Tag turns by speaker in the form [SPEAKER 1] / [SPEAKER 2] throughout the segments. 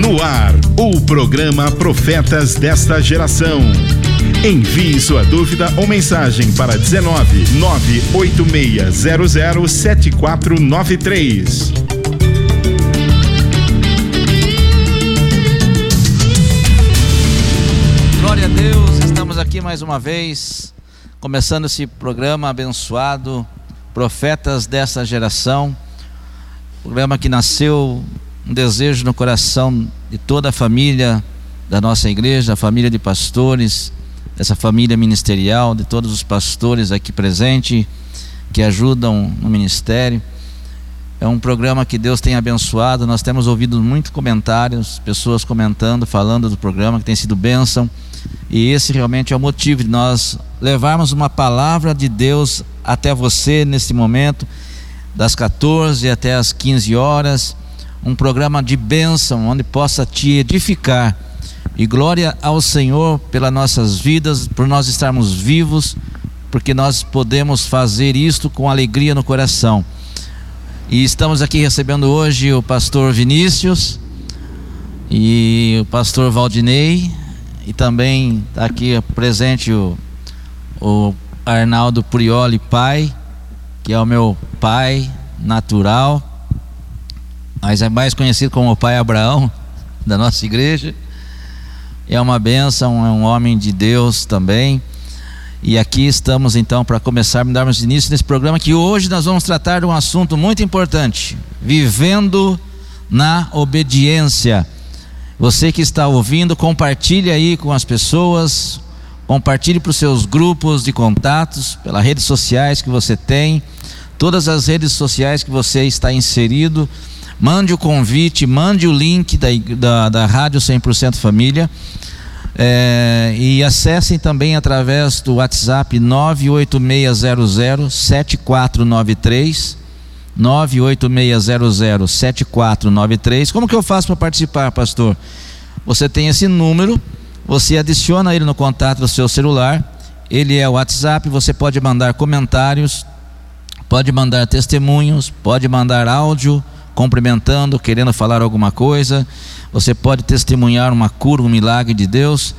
[SPEAKER 1] No ar, o programa Profetas desta Geração. Envie sua dúvida ou mensagem para 19-986007493.
[SPEAKER 2] Glória a Deus, estamos aqui mais uma vez, começando esse programa abençoado, Profetas desta Geração. Programa que nasceu um desejo no coração de toda a família da nossa igreja, a família de pastores, essa família ministerial, de todos os pastores aqui presentes que ajudam no ministério. É um programa que Deus tem abençoado. Nós temos ouvido muitos comentários, pessoas comentando, falando do programa, que tem sido bênção, e esse realmente é o motivo de nós levarmos uma palavra de Deus até você nesse momento, das 14 até as 15 horas, um programa de bênção, onde possa te edificar. E glória ao Senhor pelas nossas vidas, por nós estarmos vivos, porque nós podemos fazer isto com alegria no coração. E estamos aqui recebendo hoje o pastor Vinícius e o pastor Valdinei, e também está aqui presente o Arnaldo Prioli, pai, que é o meu pai natural, mas é mais conhecido como o pai Abraão da nossa igreja. É uma bênção, é um homem de Deus também. E aqui estamos então para começar a darmos início nesse programa, que hoje nós vamos tratar de um assunto muito importante: vivendo na obediência. Você que está ouvindo, compartilhe aí com as pessoas, compartilhe para os seus grupos de contatos, pelas redes sociais que você tem, todas as redes sociais que você está inserido. Mande o convite, mande o link da Rádio 100% Família, e acessem também através do WhatsApp 986007493, 986007493. Como que eu faço para participar, pastor? Você tem esse número, você adiciona ele no contato do seu celular, ele é o WhatsApp. Você pode mandar comentários, pode mandar testemunhos, pode mandar áudio cumprimentando, querendo falar alguma coisa. Você pode testemunhar uma cura, um milagre de Deus.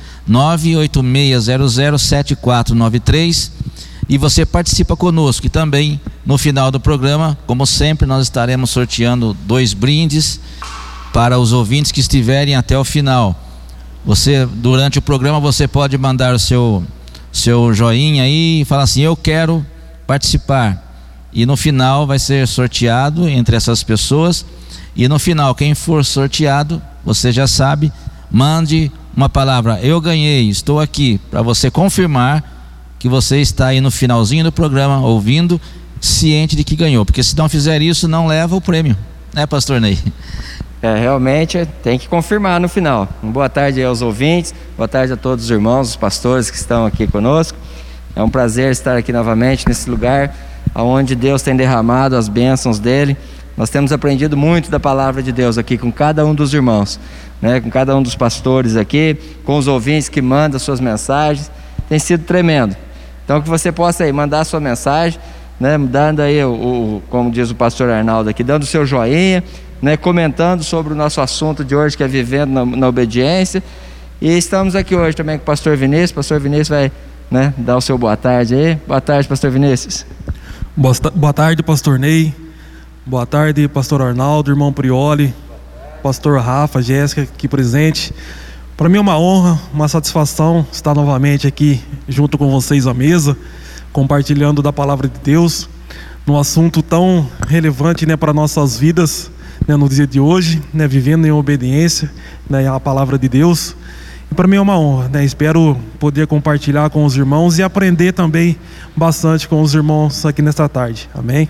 [SPEAKER 2] 986007493. E você participa conosco. E também no final do programa, como sempre, nós estaremos sorteando 2 brindes para os ouvintes que estiverem até o final. Você, durante o programa, você pode mandar o seu joinha aí e falar assim: eu quero participar. E no final vai ser sorteado entre essas pessoas. E no final, quem for sorteado, você já sabe, mande uma palavra: eu ganhei, estou aqui, para você confirmar que você está aí no finalzinho do programa ouvindo, ciente de que ganhou. Porque se não fizer isso, não leva o prêmio, né, pastor Ney?
[SPEAKER 3] Realmente tem que confirmar no final. Boa tarde aos ouvintes, boa tarde a todos os irmãos, os pastores que estão aqui conosco. É um prazer estar aqui novamente nesse lugar onde Deus tem derramado as bênçãos dele. Nós temos aprendido muito da palavra de Deus aqui com cada um dos irmãos, né? Com cada um dos pastores aqui, com os ouvintes que mandam suas mensagens. Tem sido tremendo. Então que você possa aí mandar a sua mensagem, né? Dando aí como diz o pastor Arnaldo aqui, dando o seu joinha, né? Comentando sobre o nosso assunto de hoje, que é vivendo na obediência. E estamos aqui hoje também com o pastor Vinícius. O pastor Vinícius vai, né, dar o seu boa tarde aí. Boa tarde, pastor Vinícius.
[SPEAKER 4] Boa tarde, pastor Ney. Boa tarde, pastor Arnaldo, irmão Prioli, pastor Rafa, Jéssica aqui presente. Para mim é uma honra, uma satisfação estar novamente aqui junto com vocês à mesa, compartilhando da palavra de Deus, num assunto tão relevante, né, para nossas vidas, né, no dia de hoje, né, vivendo em obediência, né, à palavra de Deus. E para mim é uma honra, né? Espero poder compartilhar com os irmãos e aprender também bastante com os irmãos aqui nesta tarde. Amém?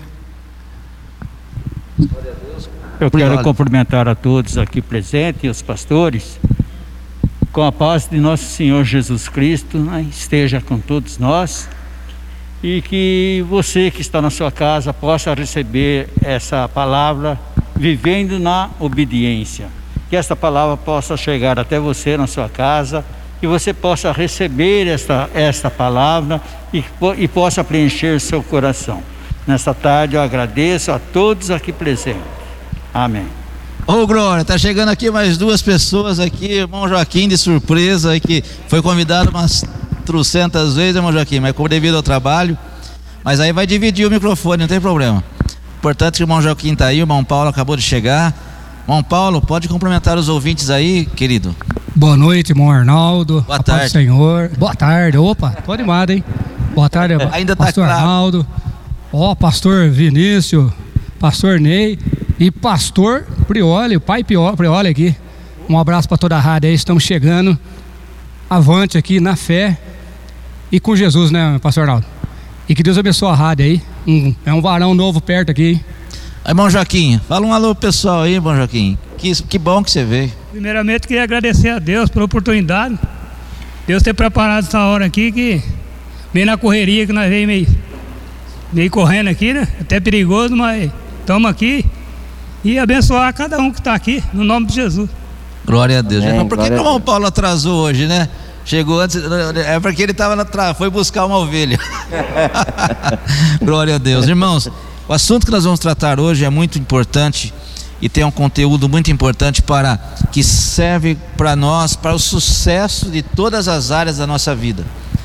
[SPEAKER 5] Eu quero cumprimentar a todos aqui presentes e os pastores. Com a paz de nosso Senhor Jesus Cristo, né, esteja com todos nós, e que você que está na sua casa possa receber essa palavra, vivendo na obediência. Que esta palavra possa chegar até você na sua casa, que você possa receber esta palavra e possa preencher seu coração. Nesta tarde eu agradeço a todos aqui presentes. Amém.
[SPEAKER 2] Ô Glória, tá chegando aqui mais 2 pessoas aqui, irmão Joaquim de surpresa, que foi convidado umas 300 vezes, irmão Joaquim, mas devido ao trabalho, mas aí vai dividir o microfone, não tem problema. Importante que o irmão Joaquim tá aí, o irmão Paulo acabou de chegar. Irmão Paulo, pode cumprimentar os ouvintes aí, querido.
[SPEAKER 6] Boa noite, irmão Arnaldo.
[SPEAKER 2] Boa tarde.
[SPEAKER 6] Paz do Senhor. Boa tarde. Opa, tô animado, hein? Boa tarde,
[SPEAKER 2] ainda
[SPEAKER 6] pastor
[SPEAKER 2] tá claro.
[SPEAKER 6] Arnaldo. Pastor Vinícius, pastor Ney e pastor Prioli, o pai Prioli aqui. Um abraço para toda a rádio aí, estamos chegando avante aqui na fé e com Jesus, né, pastor Arnaldo? E que Deus abençoe a rádio aí. É um varão novo perto aqui.
[SPEAKER 2] Irmão Joaquim, fala um alô pessoal aí, irmão Joaquim. Que bom que você veio.
[SPEAKER 7] Primeiramente, queria agradecer a Deus pela oportunidade. Deus ter preparado essa hora aqui, que bem na correria, que nós veio meio correndo aqui, né? Até perigoso, mas estamos aqui. E abençoar cada um que está aqui, no nome de Jesus.
[SPEAKER 2] Glória a Deus.
[SPEAKER 3] Amém,
[SPEAKER 2] Por que o irmão Paulo atrasou hoje, né? Chegou antes, é porque ele foi buscar uma ovelha. Glória a Deus. Irmãos, o assunto que nós vamos tratar hoje é muito importante e tem um conteúdo muito importante que serve para nós, para o sucesso de todas as áreas da nossa vida.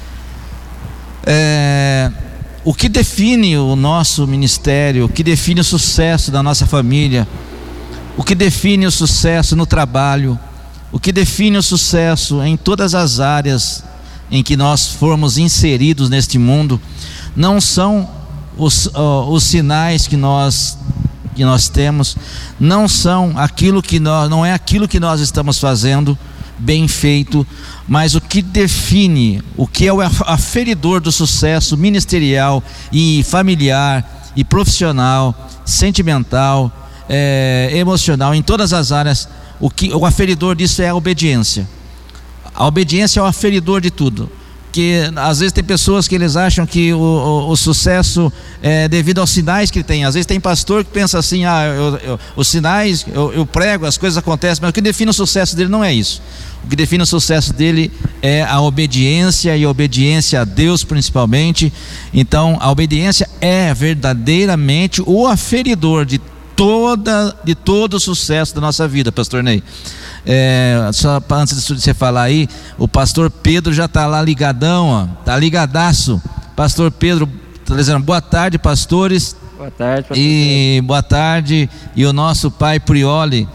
[SPEAKER 2] O que define o nosso ministério, o que define o sucesso da nossa família, o que define o sucesso no trabalho, o que define o sucesso em todas as áreas em que nós formos inseridos neste mundo, não são os sinais que nós temos, não é aquilo que nós estamos fazendo bem feito, mas o que define, o que é o aferidor do sucesso ministerial e familiar e profissional, sentimental, emocional, em todas as áreas. O aferidor disso é a obediência. A obediência é o aferidor de tudo. Que às vezes tem pessoas que eles acham que o sucesso é devido aos sinais que ele tem. Às vezes tem pastor que pensa assim: os sinais, eu prego, as coisas acontecem, mas o que define o sucesso dele não é isso. O que define o sucesso dele é a obediência, e a obediência a Deus principalmente. Então a obediência é verdadeiramente o aferidor de todo o sucesso da nossa vida, pastor Ney. Só antes de você falar aí, o pastor Pedro já está lá ligadão, ó, tá ligadaço. Pastor Pedro tá dizendo boa tarde, pastores.
[SPEAKER 3] Boa tarde, pastor
[SPEAKER 2] e boa tarde. E o nosso pai Prioli,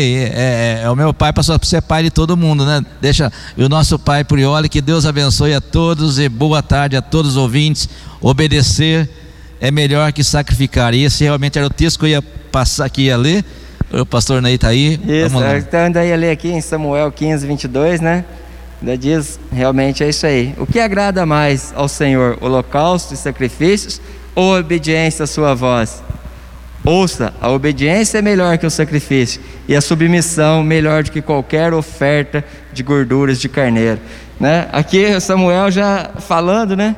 [SPEAKER 2] é o meu pai, pastor, você é pai de todo mundo, né? E o nosso pai Prioli, que Deus abençoe a todos e boa tarde a todos os ouvintes. Obedecer é melhor que sacrificar. E esse realmente era o texto que eu ia passar aqui, ia ler. O pastor Ney está aí.
[SPEAKER 3] Isso, então daí a ler aqui em Samuel 15, 22, né? Ainda diz, realmente é isso aí. O que agrada mais ao Senhor, holocaustos e sacrifícios ou obediência à sua voz? Ouça, a obediência é melhor que o sacrifício, e a submissão melhor do que qualquer oferta de gorduras de carneiro, né? Aqui Samuel já falando, né,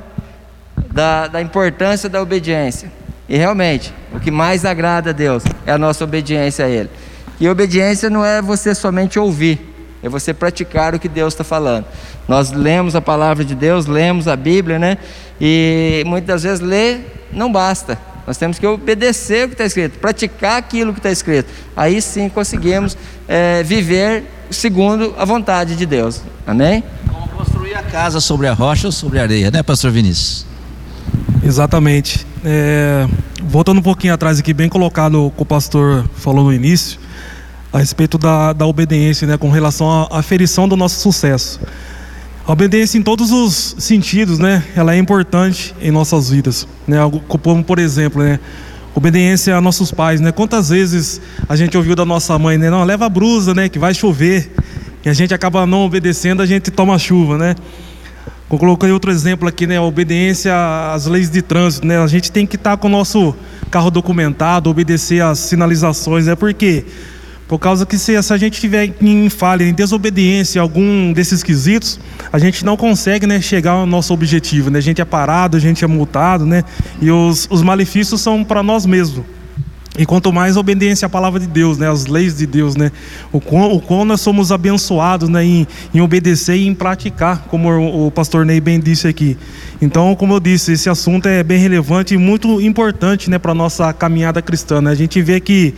[SPEAKER 3] da importância da obediência. E realmente, o que mais agrada a Deus é a nossa obediência a Ele. E obediência não é você somente ouvir, é você praticar o que Deus está falando. Nós lemos a palavra de Deus, lemos a Bíblia, né? E muitas vezes ler não basta. Nós temos que obedecer o que está escrito, praticar aquilo que está escrito. Aí sim conseguimos viver segundo a vontade de Deus. Amém?
[SPEAKER 2] Como construir a casa sobre a rocha ou sobre a areia, né, pastor Vinícius?
[SPEAKER 4] Exatamente. Voltando um pouquinho atrás aqui, bem colocado o que o pastor falou no início, a respeito da obediência, né, com relação à aferição do nosso sucesso. A obediência em todos os sentidos, né, ela é importante em nossas vidas, né, como por exemplo, né, obediência a nossos pais, né, quantas vezes a gente ouviu da nossa mãe, né, não, leva a blusa, né, que vai chover, e a gente acaba não obedecendo, a gente toma chuva, né. Eu coloquei outro exemplo aqui, né, a obediência às leis de trânsito, né, a gente tem que estar com o nosso carro documentado, obedecer às sinalizações, né, porque por causa que se a gente tiver em falha, em desobediência a algum desses quesitos, a gente não consegue, né, chegar ao nosso objetivo, né, a gente é parado, a gente é multado, né, e os malefícios são para nós mesmos. E quanto mais obediência à palavra de Deus, né, às leis de Deus, né, o quão nós somos abençoados, né, em obedecer e em praticar, como o pastor Ney bem disse aqui. Então, como eu disse, esse assunto é bem relevante e muito importante, né, para a nossa caminhada cristã, né? A gente vê que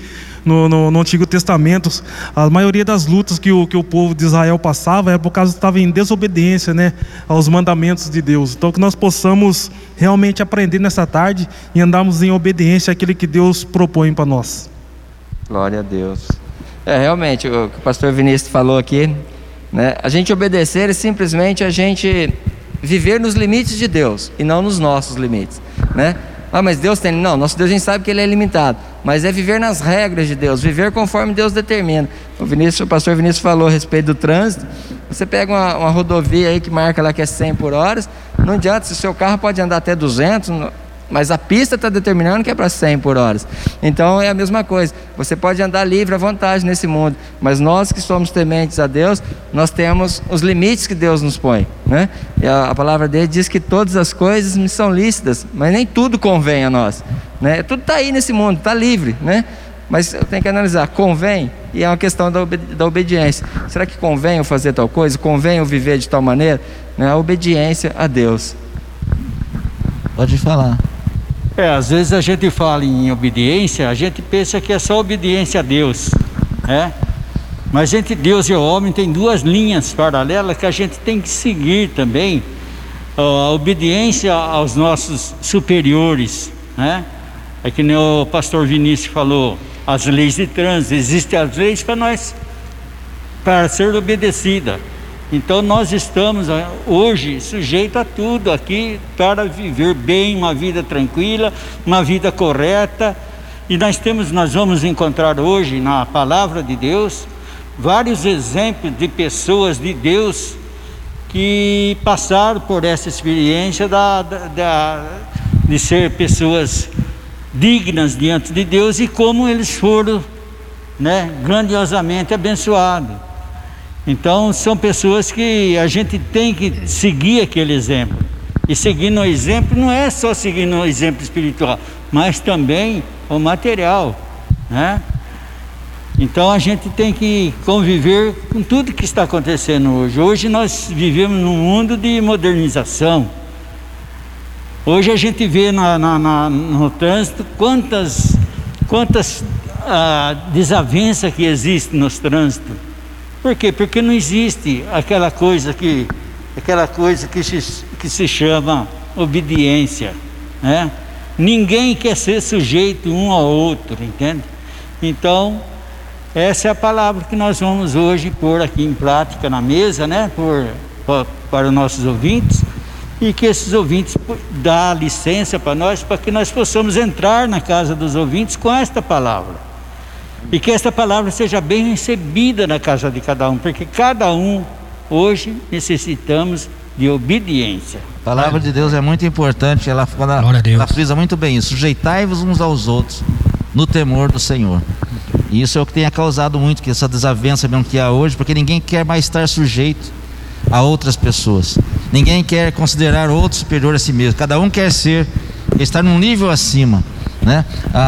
[SPEAKER 4] no Antigo Testamento, a maioria das lutas que o povo de Israel passava é por causa que estava em desobediência, né, aos mandamentos de Deus. Então que nós possamos realmente aprender nessa tarde e andarmos em obediência àquilo que Deus propõe para nós.
[SPEAKER 3] Glória a Deus. Realmente, o que o pastor Vinícius falou aqui, né, a gente obedecer é simplesmente a gente viver nos limites de Deus e não nos nossos limites, né? Mas Deus tem... Não, nosso Deus a gente sabe que Ele é limitado, mas é viver nas regras de Deus, viver conforme Deus determina. O pastor Vinícius falou a respeito do trânsito. Você pega uma rodovia aí que marca lá que é 100 por hora, não adianta, se o seu carro pode andar até 200, mas a pista está determinando que é para 100 por hora. Então é a mesma coisa, você pode andar livre à vontade nesse mundo, mas nós que somos tementes a Deus, nós temos os limites que Deus nos põe, né? E a palavra dele diz que todas as coisas me são lícitas, mas nem tudo convém a nós, né? Tudo está aí nesse mundo, está livre, né? Mas eu tenho que analisar, convém? E é uma questão da obediência. Será que convém eu fazer tal coisa? Convém eu viver de tal maneira? Né? A obediência a Deus.
[SPEAKER 2] Pode falar.
[SPEAKER 5] Às vezes a gente fala em obediência, a gente pensa que é só obediência a Deus, né? Mas entre Deus e o homem tem duas linhas paralelas que a gente tem que seguir também. A obediência aos nossos superiores, né? É que nem o pastor Vinícius falou, as leis de trânsito, existem as leis para ser obedecida. Então nós estamos hoje sujeitos a tudo aqui para viver bem, uma vida tranquila, uma vida correta. E nós vamos encontrar hoje na palavra de Deus vários exemplos de pessoas de Deus que passaram por essa experiência de ser pessoas dignas diante de Deus e como eles foram, né, grandiosamente abençoados. Então são pessoas que a gente tem que seguir aquele exemplo. E seguindo o exemplo não é só seguindo o exemplo espiritual, mas também o material, né? Então a gente tem que conviver com tudo que está acontecendo hoje. Hoje nós vivemos num mundo de modernização. Hoje a gente vê no trânsito quantas desavenças que existem nos trânsitos. Por quê? Porque não existe aquela coisa que se chama obediência, né? Ninguém quer ser sujeito um ao outro, entende? Então essa é a palavra que nós vamos hoje pôr aqui em prática na mesa, né? Para os nossos ouvintes, e que esses ouvintes dão licença para nós, para que nós possamos entrar na casa dos ouvintes com esta palavra, e que esta palavra seja bem recebida na casa de cada um, porque cada um hoje necessitamos de obediência.
[SPEAKER 2] A palavra de Deus é muito importante, ela frisa muito bem isso: sujeitai-vos uns aos outros no temor do Senhor. E isso é o que tem causado muito, que essa desavença mesmo que há hoje, porque ninguém quer mais estar sujeito a outras pessoas, ninguém quer considerar outro superior a si mesmo, cada um quer estar num nível acima, né?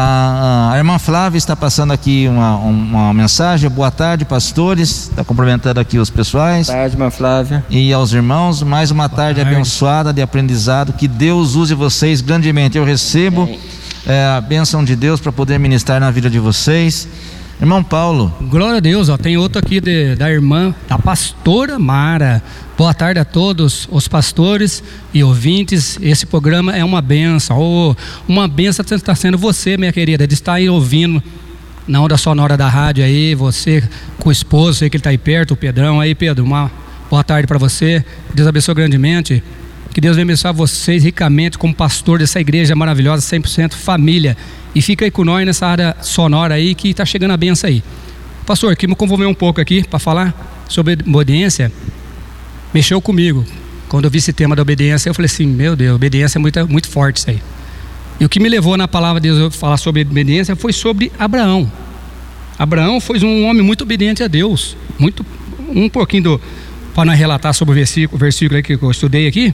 [SPEAKER 2] A irmã Flávia está passando aqui uma mensagem. Boa tarde, pastores. Está cumprimentando aqui os pessoais.
[SPEAKER 3] Boa tarde, irmã Flávia.
[SPEAKER 2] E aos irmãos, mais uma tarde abençoada de aprendizado. Que Deus use vocês grandemente. Eu recebo a bênção de Deus para poder ministrar na vida de vocês. Irmão Paulo.
[SPEAKER 6] Glória a Deus, tem outro aqui da irmã, da pastora Mara. Boa tarde a todos os pastores e ouvintes. Esse programa é uma bênção. Uma bênção está sendo você, minha querida, de estar aí ouvindo na onda sonora da rádio aí, você com o esposo, sei que ele está aí perto, o Pedrão aí. Pedro, uma boa tarde para você. Deus abençoe grandemente. Que Deus venha abençoar vocês ricamente como pastor dessa igreja maravilhosa, 100% família. E fica aí com nós nessa área sonora aí, que está chegando a benção aí. Pastor, que me convolveu um pouco aqui para falar sobre obediência. Mexeu comigo. Quando eu vi esse tema da obediência, eu falei assim: meu Deus, obediência é muito forte isso aí. E o que me levou na palavra de Deus a falar sobre obediência foi sobre Abraão. Abraão foi um homem muito obediente a Deus. Um pouquinho para nós relatar sobre o versículo aí que eu estudei aqui.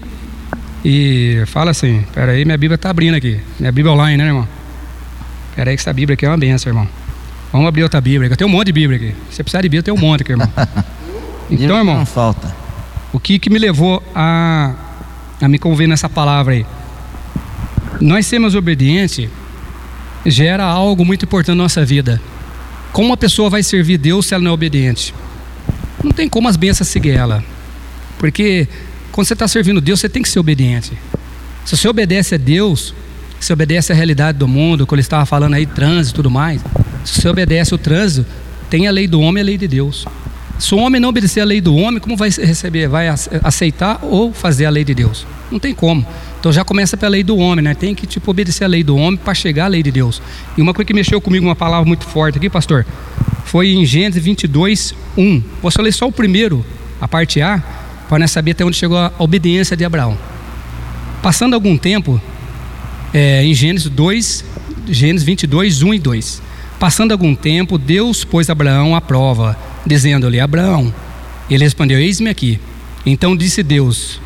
[SPEAKER 6] E fala assim, peraí, minha Bíblia está abrindo aqui. Minha Bíblia online, né, irmão? Peraí que essa Bíblia aqui é uma benção, irmão. Vamos abrir outra Bíblia. Eu tenho um monte de Bíblia aqui. Se você precisar de Bíblia, tem um monte aqui, irmão. Então, irmão,
[SPEAKER 2] não falta.
[SPEAKER 6] O que me levou a me conver nessa palavra aí? Nós sermos obedientes gera algo muito importante na nossa vida. Como uma pessoa vai servir Deus se ela não é obediente? Não tem como as bênçãos seguir ela. Porque quando você está servindo Deus, você tem que ser obediente. Se você obedece a Deus, se obedece à realidade do mundo, quando ele estava falando aí trânsito e tudo mais, se você obedece o trânsito, tem a lei do homem e a lei de Deus. Se o homem não obedecer a lei do homem, como vai receber? Vai aceitar ou fazer a lei de Deus? Não tem como. Então já começa pela lei do homem, né? Tem que obedecer a lei do homem para chegar à lei de Deus. E uma coisa que mexeu comigo, uma palavra muito forte aqui, pastor, foi em Gênesis 22, 1. Vou só ler só o primeiro, a parte A, para nós saber até onde chegou a obediência de Abraão. Passando algum tempo, em Gênesis 22, 1 e 2. Passando algum tempo, Deus pôs Abraão à prova, dizendo-lhe: Abraão. Ele respondeu: eis-me aqui. Então disse Deus: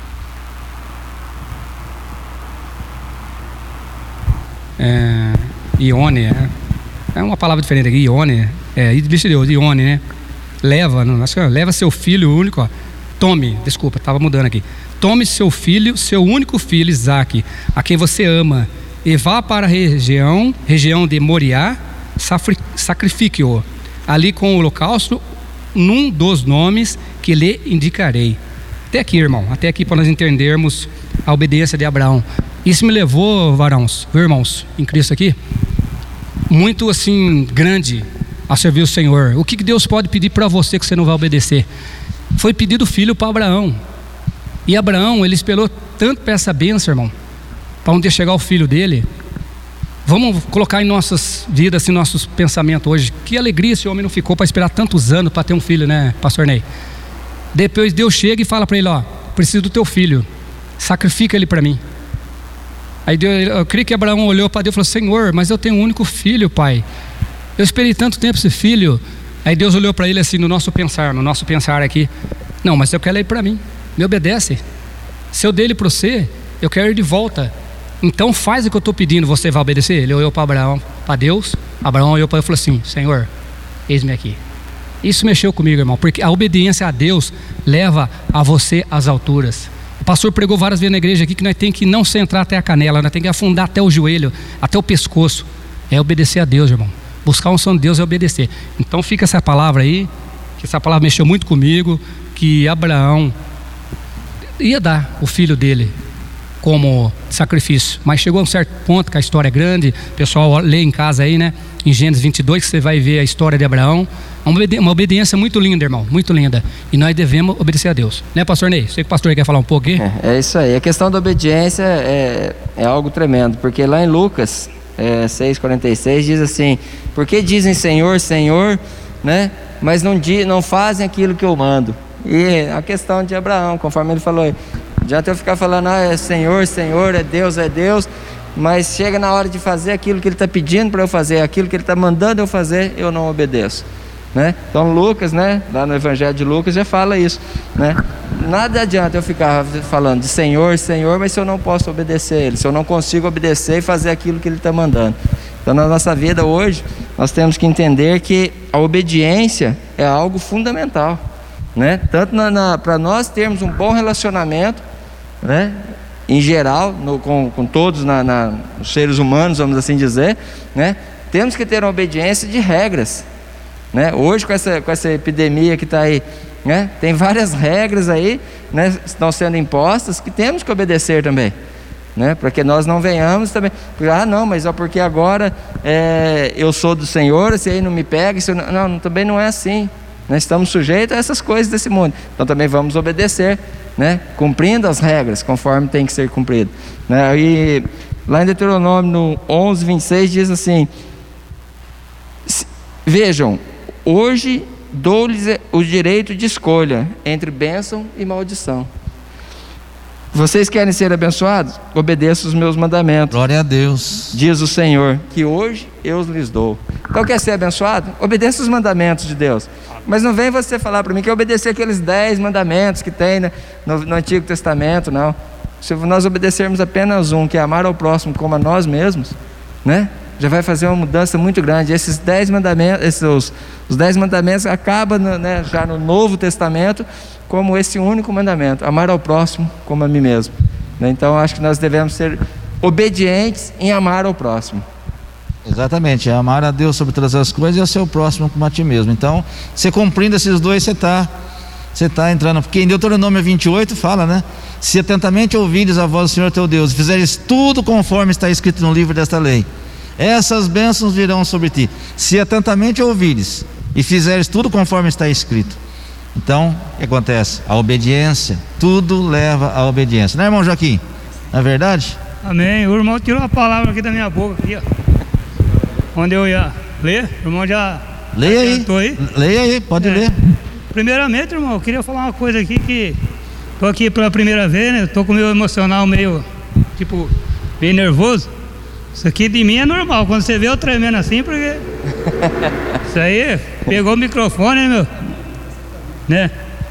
[SPEAKER 6] Ione, é uma palavra diferente aqui, Ione, disse Deus, Ione, né? Leva seu filho único, ó. Estava mudando aqui. Tome seu filho, seu único filho, Isaque, a quem você ama, e vá para a região de Moriá, sacrifique-o ali com o holocausto, num dos nomes que lhe indicarei. Até aqui, irmão, para nós entendermos a obediência de Abraão. Isso me levou, irmãos, em Cristo aqui, muito assim, grande, a servir o Senhor. O que Deus pode pedir para você que você não vai obedecer? Foi pedido filho para Abraão. E Abraão, ele esperou tanto para essa bênção, irmão, para onde ia chegar o filho dele. Vamos colocar em nossas vidas, assim, nossos pensamentos hoje. Que alegria esse homem não ficou para esperar tantos anos para ter um filho, né, pastor Ney? Depois Deus chega e fala para ele: ó, preciso do teu filho, sacrifica ele para mim. Aí eu creio que Abraão olhou para Deus e falou: Senhor, mas eu tenho um único filho, pai. Eu esperei tanto tempo esse filho. Aí Deus olhou para ele assim, no nosso pensar aqui: não, mas eu quero ele para mim, me obedece. Se eu dei ele para você, eu quero ele de volta. Então faz o que eu estou pedindo, você vai obedecer? Ele olhou para Abraão, para Deus. Abraão olhou para ele e falou assim: Senhor, eis-me aqui. Isso mexeu comigo, irmão, porque a obediência a Deus leva a você às alturas. O pastor pregou várias vezes na igreja aqui que nós temos que não centrar até a canela, nós temos que afundar até o joelho, até o pescoço. É obedecer a Deus, irmão. Buscar um som de Deus é obedecer. Então fica essa palavra aí, que essa palavra mexeu muito comigo, que Abraão ia dar o filho dele como sacrifício, mas chegou a um certo ponto, que a história é grande, o pessoal lê em casa aí, né, em Gênesis 22, que você vai ver a história de Abraão. Uma obediência muito linda, irmão, muito linda, e nós devemos obedecer a Deus, né, pastor Ney? Sei que o pastor quer falar um pouco aqui.
[SPEAKER 3] É isso aí, a questão da obediência é algo tremendo, porque lá em Lucas 6,46 diz assim: porque dizem Senhor, Senhor, né, mas não fazem aquilo que eu mando. E a questão de Abraão, conforme ele falou, já até eu ficar falando: é Senhor, Senhor, é Deus, mas chega na hora de fazer aquilo que ele está pedindo para eu fazer, aquilo que ele está mandando eu fazer, eu não obedeço, né? Então Lucas, né, lá no Evangelho de Lucas já fala isso, né? Nada adianta eu ficar falando de Senhor, Senhor, mas se eu não posso obedecer ele, se eu não consigo obedecer e fazer aquilo que ele está mandando. Então na nossa vida hoje nós temos que entender que a obediência é algo fundamental, né? Tanto para nós termos um bom relacionamento, né, em geral, com todos os seres humanos, vamos assim dizer, né, temos que ter uma obediência de regras, né? Hoje com essa epidemia que está aí, né, tem várias regras aí, né, estão sendo impostas, que temos que obedecer também, né, para que nós não venhamos também, não, mas porque agora eu sou do Senhor, se aí não me pega, não, também não é assim. Nós estamos sujeitos a essas coisas desse mundo, então também vamos obedecer, né, cumprindo as regras conforme tem que ser cumprido, né? E lá em Deuteronômio no 11:26 diz assim: vejam, hoje dou-lhes o direito de escolha entre bênção e maldição. Vocês querem ser abençoados? Obedeçam os meus mandamentos.
[SPEAKER 2] Glória a Deus.
[SPEAKER 3] Diz o Senhor, que hoje eu lhes dou. Então quer ser abençoado? Obedeça os mandamentos de Deus. Mas não vem você falar para mim que obedecer aqueles 10 mandamentos que tem no Antigo Testamento, não. Se nós obedecermos apenas um, que é amar ao próximo como a nós mesmos, né, já vai fazer uma mudança muito grande. Esses 10 mandamentos, os 10 mandamentos acabam, né, já no Novo Testamento como esse único mandamento: amar ao próximo como a mim mesmo. Então acho que nós devemos ser obedientes em amar ao próximo.
[SPEAKER 2] Exatamente, amar a Deus sobre todas as coisas e ao seu próximo como a ti mesmo. Então, você cumprindo esses dois, você está entrando, porque em Deuteronômio 28 fala, né? Se atentamente ouvires a voz do Senhor teu Deus, e fizeres tudo conforme está escrito no livro desta lei, essas bênçãos virão sobre ti. Se atentamente ouvires e fizeres tudo conforme está escrito. Então, o que acontece? A obediência, tudo leva à obediência, né, irmão Joaquim? Não é verdade?
[SPEAKER 7] Amém. O irmão tirou a palavra aqui da minha boca aqui, ó. Onde eu ia ler, o irmão já
[SPEAKER 2] leia aí. Leia aí, pode ler.
[SPEAKER 7] Primeiramente, irmão, eu queria falar uma coisa aqui, que tô aqui pela primeira vez, né? Tô com o meu emocional meio, tipo, meio nervoso. Isso aqui de mim é normal, quando você vê eu tremendo assim, porque isso aí pegou o microfone, né, meu? Né?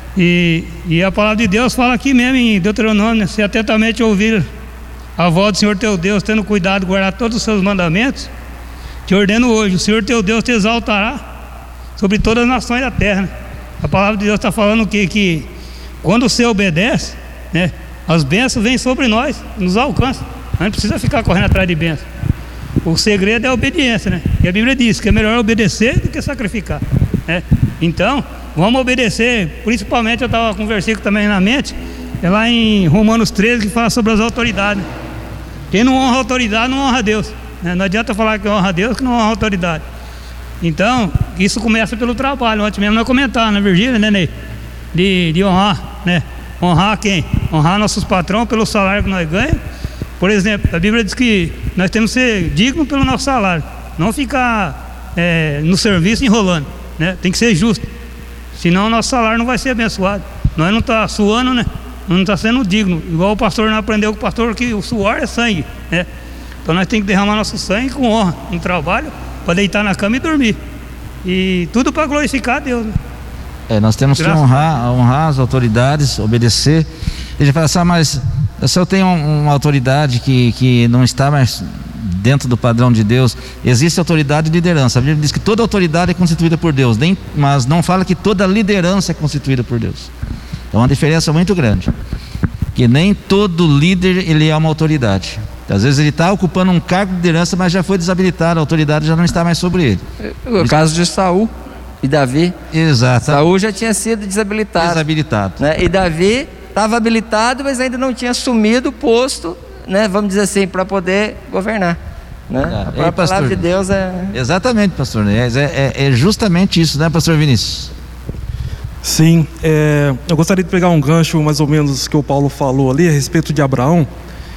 [SPEAKER 7] E a palavra de Deus fala aqui mesmo em Deuteronômio, né? Se atentamente ouvir a voz do Senhor teu Deus, tendo cuidado de guardar todos os seus mandamentos, te ordeno hoje, o Senhor teu Deus te exaltará sobre todas as nações da terra, né? A palavra de Deus está falando que quando você obedece, né, as bênçãos vêm sobre nós, nos alcançam. Não precisa ficar correndo atrás de bênçãos. O segredo é a obediência, né? E a Bíblia diz que é melhor obedecer do que sacrificar, né? Então, vamos obedecer. Principalmente, eu estava com um versículo também na mente, é lá em Romanos 13, que fala sobre as autoridades. Quem não honra a autoridade não honra a Deus, né? Não adianta falar que honra a Deus que não honra a autoridade. Então, isso começa pelo trabalho. Ontem mesmo nós comentávamos na Virgília, né, Ney? De honrar, né? Honrar quem? Honrar nossos patrões pelo salário que nós ganhamos. Por exemplo, a Bíblia diz que nós temos que ser dignos pelo nosso salário, não ficar no serviço enrolando, né? Tem que ser justo, senão o nosso salário não vai ser abençoado. Nós não está suando, né? Não está sendo digno. Igual o pastor não aprendeu com o pastor que o suor é sangue, né? Então nós temos que derramar nosso sangue com honra no trabalho, para deitar na cama e dormir. E tudo para glorificar a Deus, né?
[SPEAKER 2] Nós temos que honrar as autoridades, obedecer. Ele fala assim, mas se eu tenho uma autoridade que não está mais dentro do padrão de Deus, existe autoridade e liderança. A Bíblia diz que toda autoridade é constituída por Deus, mas não fala que toda liderança é constituída por Deus. É uma diferença muito grande, que nem todo líder ele é uma autoridade. Às vezes ele está ocupando um cargo de liderança, mas já foi desabilitado, a autoridade já não está mais sobre ele.
[SPEAKER 3] O caso de Saul e Davi.
[SPEAKER 2] Exato.
[SPEAKER 3] Saul já tinha sido desabilitado.
[SPEAKER 2] Né?
[SPEAKER 3] E Davi estava habilitado, mas ainda não tinha assumido o posto, né? Vamos dizer assim, para poder governar, né? A palavra de Deus é...
[SPEAKER 2] Exatamente, pastor. É justamente isso, né, pastor Vinícius?
[SPEAKER 4] Sim, eu gostaria de pegar um gancho mais ou menos que o Paulo falou ali a respeito de Abraão.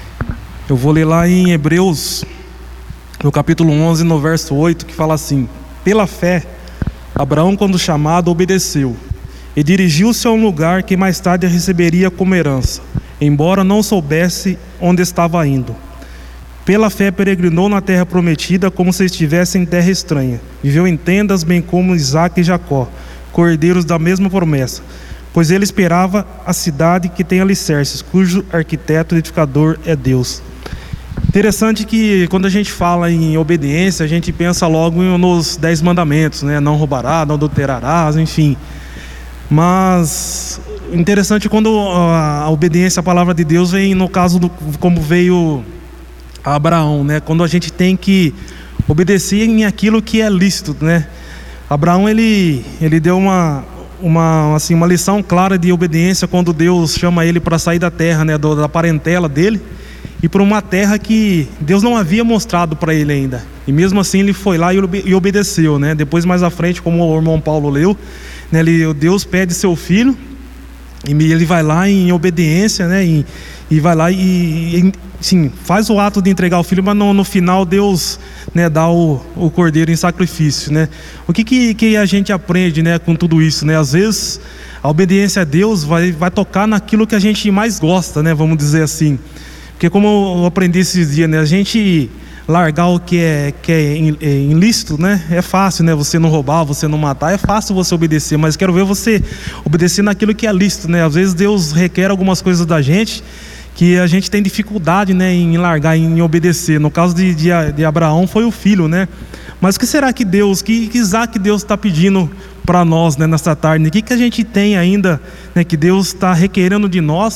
[SPEAKER 4] Eu vou ler lá em Hebreus, no capítulo 11, no verso 8, que fala assim: pela fé, Abraão, quando chamado, obedeceu e dirigiu-se a um lugar que mais tarde receberia como herança, embora não soubesse onde estava indo. Pela fé peregrinou na terra prometida, como se estivesse em terra estranha. Viveu em tendas, bem como Isaque e Jacó, cordeiros da mesma promessa, pois ele esperava a cidade que tem alicerces, cujo arquiteto e edificador é Deus. Interessante que quando a gente fala em obediência, a gente pensa logo nos 10 mandamentos, né? Não roubará, não adulterarás, enfim. Mas interessante quando a obediência à palavra de Deus vem no caso como veio a Abraão, né? Quando a gente tem que obedecer em aquilo que é lícito, né? Abraão ele deu uma lição clara de obediência quando Deus chama ele para sair da terra, né? Da parentela dele, e para uma terra que Deus não havia mostrado para ele ainda. E mesmo assim ele foi lá e obedeceu, né? Depois, mais à frente, como o irmão Paulo leu, né, Deus pede seu filho e ele vai lá em obediência, né? E vai lá e sim, faz o ato de entregar o filho, mas no final Deus, né, dá o cordeiro em sacrifício, né? O que a gente aprende, né, com tudo isso, né? Às vezes a obediência a Deus vai tocar naquilo que a gente mais gosta, né? Vamos dizer assim. Porque como eu aprendi esses dias, né, a gente largar o que é ilícito, né, é fácil, né, você não roubar, você não matar, é fácil você obedecer, mas quero ver você obedecer naquilo que é lícito, né? Às vezes Deus requer algumas coisas da gente que a gente tem dificuldade, né, em largar, em obedecer. No caso de Abraão foi o filho, né? Mas o que será que Isaac Deus está pedindo para nós, né, nessa tarde? O que a gente tem ainda, né, que Deus está requerendo de nós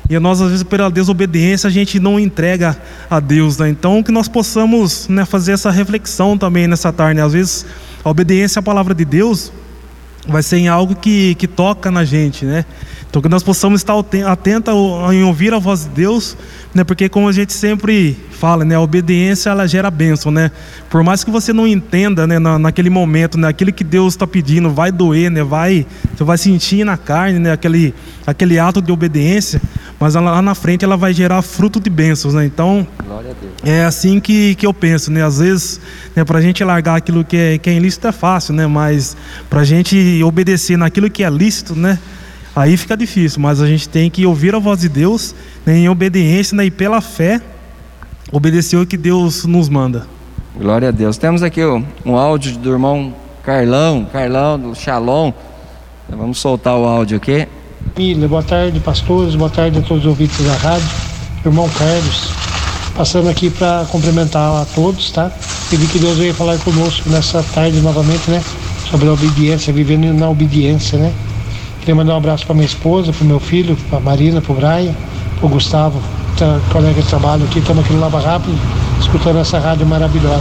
[SPEAKER 4] E nós, às vezes, pela desobediência, a gente não entrega a Deus, né? Então, que nós possamos, né, fazer essa reflexão também nessa tarde, né? Às vezes, a obediência à palavra de Deus vai ser em algo que toca na gente, né? Então, que nós possamos estar atentos em ouvir a voz de Deus, né? Porque, como a gente sempre fala, né, a obediência, ela gera bênção, né? Por mais que você não entenda, né, naquele momento, né, aquilo que Deus está pedindo vai doer, né? Você vai sentir na carne, né, aquele ato de obediência, mas lá na frente ela vai gerar fruto de bênçãos, né? Então, glória a Deus. É assim que eu penso, né? Às vezes, né, para a gente largar aquilo que é ilícito é fácil, né? Mas para a gente obedecer naquilo que é lícito, né, aí fica difícil. Mas a gente tem que ouvir a voz de Deus, né, em obediência, né, e pela fé obedecer o que Deus nos manda.
[SPEAKER 3] Glória a Deus. Temos aqui um áudio do irmão Carlão do Shalom. Vamos soltar o áudio aqui.
[SPEAKER 8] Família, boa tarde, pastores, boa tarde a todos os ouvintes da rádio. Irmão Carlos, passando aqui para cumprimentar a todos, tá? Pedir que Deus venha falar conosco nessa tarde novamente, né? Sobre a obediência, vivendo na obediência, né? Queria mandar um abraço para minha esposa, para o meu filho, para a Marina, para o Brian, para o Gustavo, colega de trabalho aqui. Estamos aqui no Lava Rápido, escutando essa rádio maravilhosa,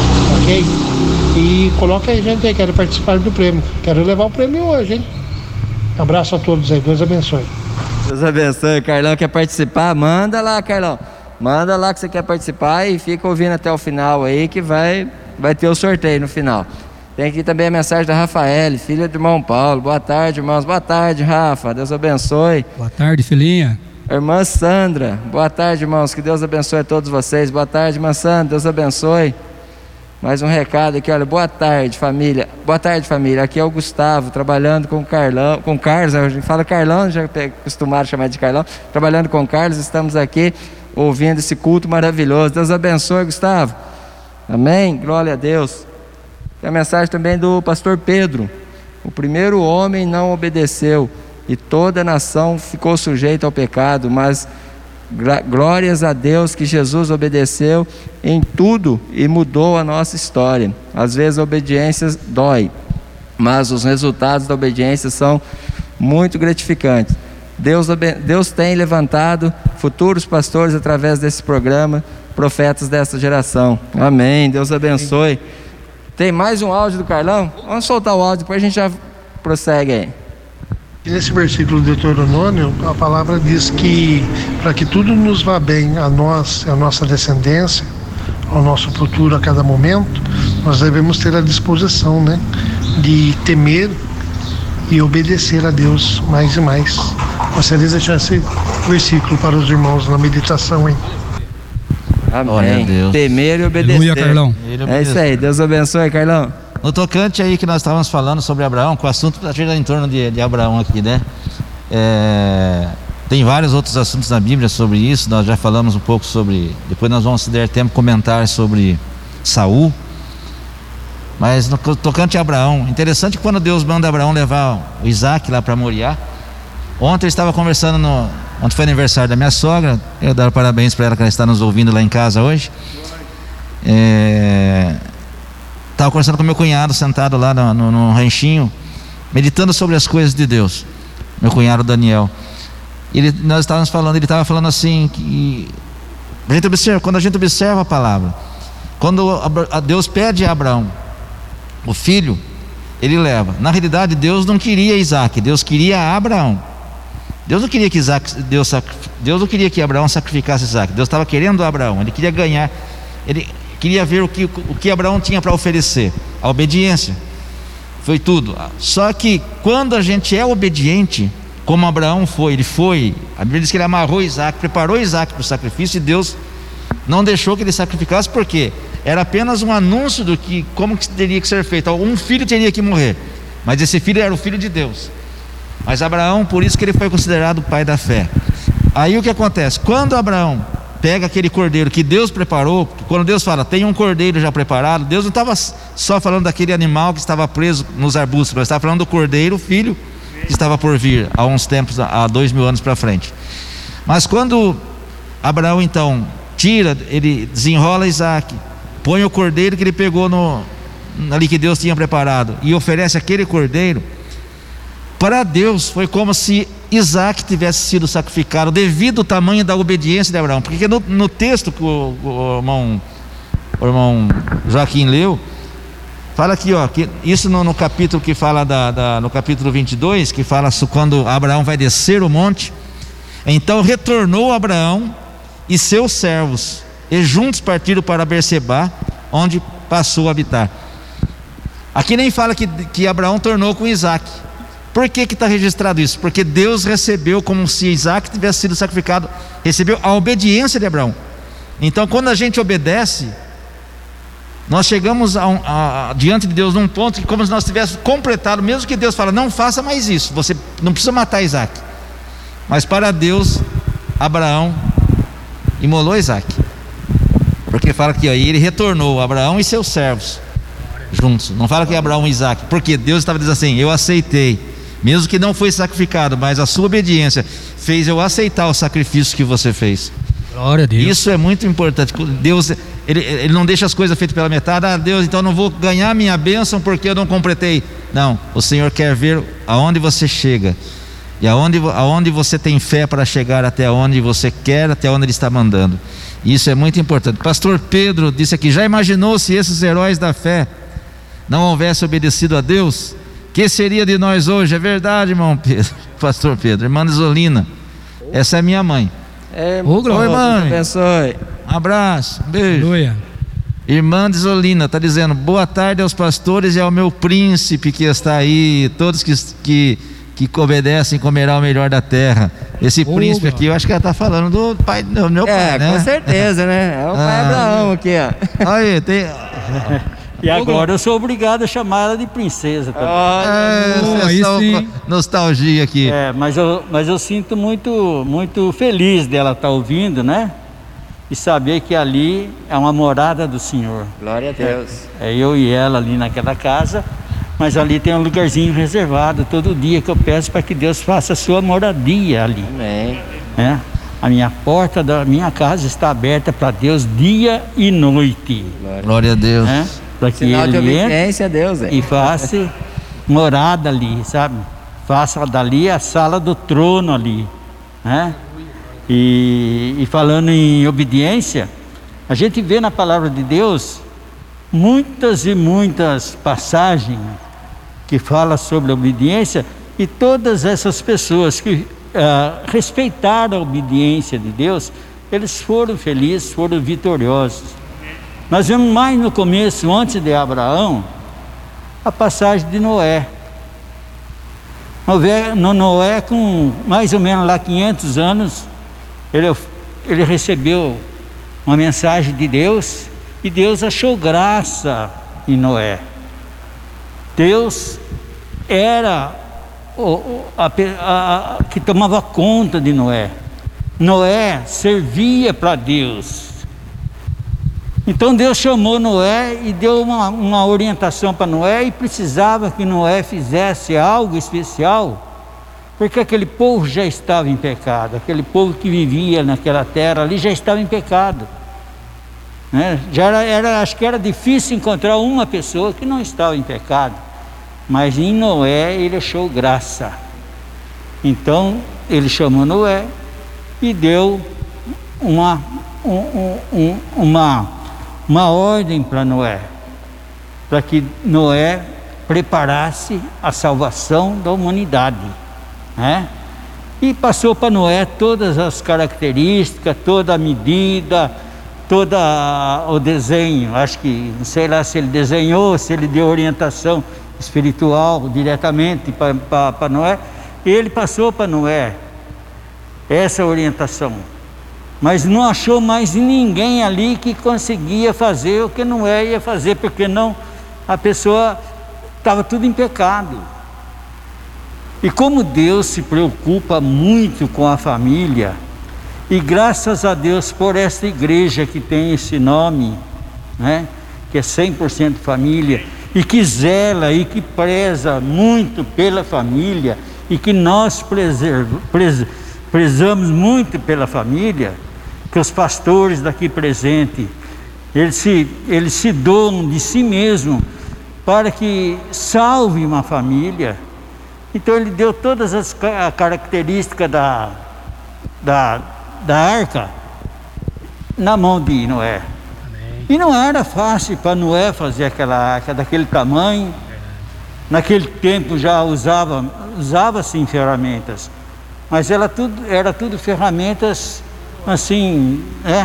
[SPEAKER 8] ok? E coloca aí, gente, aí, quero participar do prêmio. Quero levar o prêmio hoje, hein? Abraço a todos aí, Deus abençoe.
[SPEAKER 3] Deus abençoe. Carlão quer participar? Manda lá, Carlão. Manda lá que você quer participar e fica ouvindo até o final aí que vai ter o sorteio no final. Tem aqui também a mensagem da Rafael, filha do irmão Paulo. Boa tarde, irmãos. Boa tarde, Rafa. Deus abençoe.
[SPEAKER 6] Boa tarde, filhinha.
[SPEAKER 3] Irmã Sandra. Boa tarde, irmãos. Que Deus abençoe a todos vocês. Boa tarde, irmã Sandra. Deus abençoe. Mais um recado aqui, olha, boa tarde, família. Boa tarde, família. Aqui é o Gustavo, trabalhando com o Carlos. A gente fala Carlão, já acostumaram a chamar de Carlão. Trabalhando com o Carlos, estamos aqui ouvindo esse culto maravilhoso. Deus abençoe, Gustavo. Amém? Glória a Deus. Tem a mensagem também do pastor Pedro. O primeiro homem não obedeceu e toda a nação ficou sujeita ao pecado, mas glórias a Deus que Jesus obedeceu em tudo e mudou a nossa história. Às vezes a obediência dói, mas os resultados da obediência são muito gratificantes. Deus tem levantado futuros pastores através desse programa, profetas dessa geração. Amém. Deus abençoe. Tem mais um áudio do Carlão? Vamos soltar o áudio, depois a gente já prossegue aí.
[SPEAKER 8] E nesse versículo de Deuteronômio, a palavra diz que para que tudo nos vá bem a nós, a nossa descendência, ao nosso futuro a cada momento, nós devemos ter a disposição, né, de temer e obedecer a Deus mais e mais. Gostaria de deixar esse versículo para os irmãos na meditação, hein?
[SPEAKER 3] Amém.
[SPEAKER 2] Deus.
[SPEAKER 3] Temer e obedecer.
[SPEAKER 6] Aleluia, Carlão.
[SPEAKER 3] É isso aí, Deus abençoe, Carlão.
[SPEAKER 2] No tocante aí que nós estávamos falando sobre Abraão, com o assunto está girando em torno de Abraão aqui, né? Tem vários outros assuntos na Bíblia sobre isso. Nós já falamos um pouco sobre, depois nós vamos, se der tempo, comentar sobre Saul. Mas no tocante a Abraão, interessante que quando Deus manda Abraão levar o Isaac lá para Moriá. Ontem eu estava conversando ontem foi aniversário da minha sogra. Eu dar parabéns para ela, que ela está nos ouvindo lá em casa hoje. Estava conversando com meu cunhado, sentado lá no ranchinho, meditando sobre as coisas de Deus. Meu cunhado Daniel. Nós estávamos falando, ele estava falando assim que quando a gente observa a palavra, quando Deus pede a Abraão o filho, ele leva. Na realidade, Deus não queria Isaac, Deus queria Abraão. Deus não queria Deus não queria que Abraão sacrificasse Isaac. Deus estava querendo Abraão. Ele queria ganhar. Ele queria ver o que Abraão tinha para oferecer. A obediência foi tudo. Só que quando a gente é obediente, como Abraão foi, a Bíblia diz que ele amarrou Isaac, preparou Isaac para o sacrifício, e Deus não deixou que ele sacrificasse, porque era apenas um anúncio do como que teria que ser feito. Um filho teria que morrer, mas esse filho era o filho de Deus. Mas Abraão, por isso que ele foi considerado o pai da fé. Aí o que acontece? Quando Abraão pega aquele cordeiro que Deus preparou, quando Deus fala, tem um cordeiro já preparado, Deus não estava só falando daquele animal que estava preso nos arbustos, mas estava falando do cordeiro, filho, que estava por vir há uns tempos, há 2000 anos para frente. Mas quando Abraão então ele desenrola Isaac, põe o cordeiro que ele pegou ali que Deus tinha preparado e oferece aquele cordeiro, para Deus foi como se Isaac tivesse sido sacrificado devido ao tamanho da obediência de Abraão. Porque no texto que o irmão Joaquim leu, fala aqui, que isso no capítulo que fala no capítulo 22, que fala quando Abraão vai descer o monte. Então retornou Abraão e seus servos, e juntos partiram para Berseba, onde passou a habitar. Aqui nem fala que Abraão tornou com Isaac. Por que está registrado isso? Porque Deus recebeu como se Isaac tivesse sido sacrificado, recebeu a obediência de Abraão. Então quando a gente obedece, nós chegamos diante de Deus num ponto que, como se nós tivéssemos completado, mesmo que Deus fala, não faça mais isso, você não precisa matar Isaac, mas para Deus, Abraão imolou Isaac, porque fala que aí ele retornou, Abraão e seus servos juntos, não fala que é Abraão e Isaac, porque Deus estava dizendo assim, eu aceitei, mesmo que não foi sacrificado, mas a sua obediência fez eu aceitar o sacrifício que você fez.
[SPEAKER 6] Glória a Deus.
[SPEAKER 2] Isso é muito importante. Deus, ele não deixa as coisas feitas pela metade. Deus, então eu não vou ganhar minha bênção porque eu não completei. Não, o Senhor quer ver aonde você chega e aonde você tem fé para chegar até onde você quer, até onde Ele está mandando. Isso é muito importante. Pastor Pedro disse aqui, já imaginou se esses heróis da fé não houvessem obedecido a Deus? Que seria de nós hoje? É verdade, irmão Pedro, Pastor Pedro. Irmã Isolina, essa é minha mãe. Oi, mãe. Abençoe. Um abraço, um beijo. Aleluia. Irmã Isolina está dizendo, boa tarde aos pastores e ao meu príncipe que está aí, todos que obedecem comerá o melhor da terra. Esse príncipe aqui, eu acho que ela está falando do pai do meu pai, né?
[SPEAKER 3] Com certeza, né? É o pai Abraão aqui, ó.
[SPEAKER 2] Aí, tem...
[SPEAKER 5] E agora eu sou obrigado a chamar ela de princesa também.
[SPEAKER 2] Nostalgia aqui.
[SPEAKER 5] Mas eu sinto muito feliz dela estar ouvindo, né? E saber que ali é uma morada do Senhor.
[SPEAKER 3] Glória a Deus.
[SPEAKER 5] É eu e ela ali naquela casa, mas ali tem um lugarzinho reservado todo dia que eu peço para que Deus faça a sua moradia ali.
[SPEAKER 3] Amém.
[SPEAKER 5] A minha porta da minha casa está aberta para Deus dia e noite.
[SPEAKER 2] Glória a Deus.
[SPEAKER 5] Para que
[SPEAKER 3] sinal de
[SPEAKER 5] Ele
[SPEAKER 3] obediência a Deus,
[SPEAKER 5] e faça morada ali, sabe? Faça dali a sala do trono ali, né? E falando em obediência, a gente vê na palavra de Deus muitas e muitas passagens que falam sobre obediência, e todas essas pessoas que respeitaram a obediência de Deus, eles foram felizes, foram vitoriosos. Nós vemos mais no começo, antes de Abraão, a passagem de Noé. Noé, com mais ou menos lá 500 anos, ele recebeu uma mensagem de Deus, e Deus achou graça em Noé. Deus era que tomava conta de Noé. Noé servia para Deus. Então Deus chamou Noé e deu uma orientação para Noé, e precisava que Noé fizesse algo especial, porque aquele povo já estava em pecado, aquele povo que vivia naquela terra ali já estava em pecado, né? Acho que era difícil encontrar uma pessoa que não estava em pecado, mas em Noé ele achou graça. Então ele chamou Noé e deu uma ordem para Noé, para que Noé preparasse a salvação da humanidade, né? E passou para Noé todas as características, toda a medida, todo o desenho. Acho que, não sei lá se ele desenhou, se ele deu orientação espiritual diretamente para Noé. Ele passou para Noé essa orientação, mas não achou mais ninguém ali que conseguia fazer o que Noé ia fazer, porque não, a pessoa estava tudo em pecado. E como Deus se preocupa muito com a família, e graças a Deus por esta igreja que tem esse nome, né, que é 100% família, e que zela e que preza muito pela família, e que nós prezamos muito pela família, que os pastores daqui presentes, eles se doam de si mesmo para que salve uma família. Então ele deu todas as características da arca na mão de Noé. E não era fácil para Noé fazer aquela arca daquele tamanho. Naquele tempo já usava sim ferramentas, mas era tudo ferramentas assim,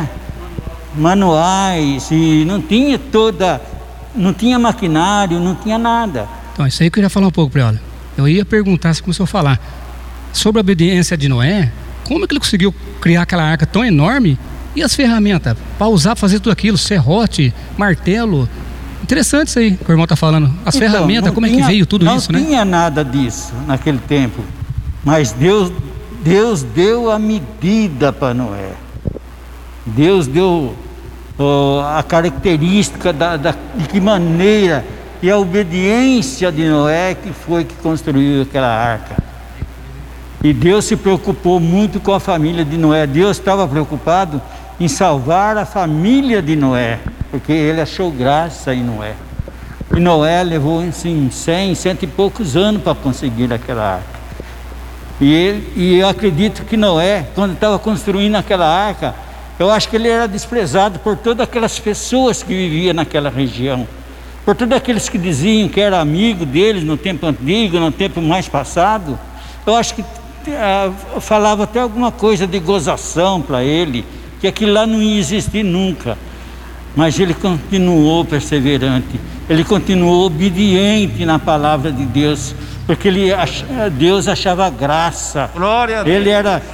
[SPEAKER 5] manuais, e não tinha maquinário, não tinha nada.
[SPEAKER 6] Então, isso aí que eu ia falar um pouco, Prioli. Eu ia perguntar, você começou a falar sobre a obediência de Noé. Como é que ele conseguiu criar aquela arca tão enorme? E as ferramentas para usar para fazer tudo aquilo, serrote, martelo? Interessante isso aí que o irmão está falando. As ferramentas, como é que veio tudo isso, né?
[SPEAKER 5] Não tinha nada disso naquele tempo, mas Deus deu a medida para Noé. Deus deu a característica de que maneira, e a obediência de Noé que foi que construiu aquela arca. E Deus se preocupou muito com a família de Noé. Deus estava preocupado em salvar a família de Noé, porque ele achou graça em Noé. E Noé levou assim, 100 e poucos anos para conseguir aquela arca. E eu acredito que Noé, quando estava construindo aquela arca, eu acho que ele era desprezado por todas aquelas pessoas que viviam naquela região, por todos aqueles que diziam que era amigo deles no tempo antigo, no tempo mais passado. Eu acho que falava até alguma coisa de gozação para ele, que aquilo lá não ia existir nunca. Mas ele continuou perseverante, ele continuou obediente na palavra de Deus, porque Deus achava graça.
[SPEAKER 2] Glória a Deus.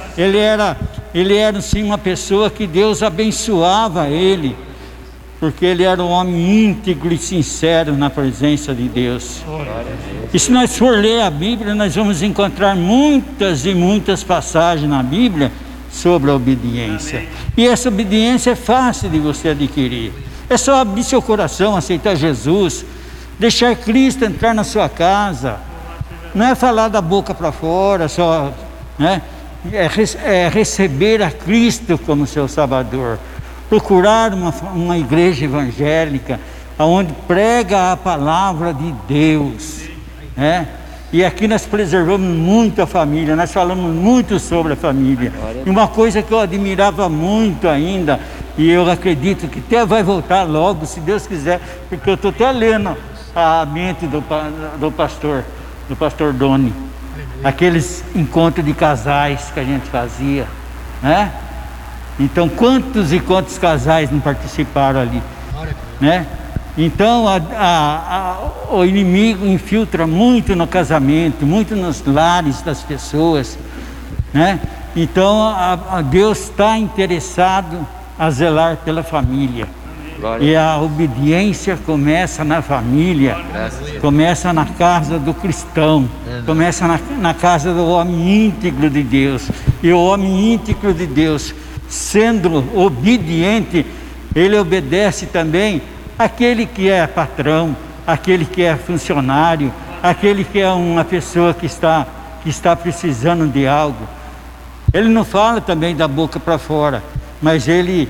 [SPEAKER 5] Ele era sim uma pessoa que Deus abençoava ele, porque ele era um homem íntegro e sincero na presença de Deus. E se nós for ler a Bíblia, nós vamos encontrar muitas e muitas passagens na Bíblia sobre a obediência. E essa obediência é fácil de você adquirir. É só abrir seu coração, aceitar Jesus, deixar Cristo entrar na sua casa. Não é falar da boca para fora só, né? É receber a Cristo como seu Salvador. Procurar uma igreja evangélica onde prega a palavra de Deus, né? E aqui nós preservamos muito a família, nós falamos muito sobre a família. E uma coisa que eu admirava muito ainda, e eu acredito que até vai voltar logo, se Deus quiser, porque eu estou até lendo a mente do pastor Doni, aqueles encontros de casais que a gente fazia, né? Então quantos e quantos casais não participaram ali, né? Então o inimigo infiltra muito no casamento, muito nos lares das pessoas, né? Então Deus está interessado a zelar pela família. Glória. E a obediência começa na família, começa na casa do cristão, começa na casa do homem íntegro de Deus. E o homem íntegro de Deus, sendo obediente, ele obedece também aquele que é patrão, aquele que é funcionário, aquele que é uma pessoa que está precisando de algo. Ele não fala também da boca para fora, mas ele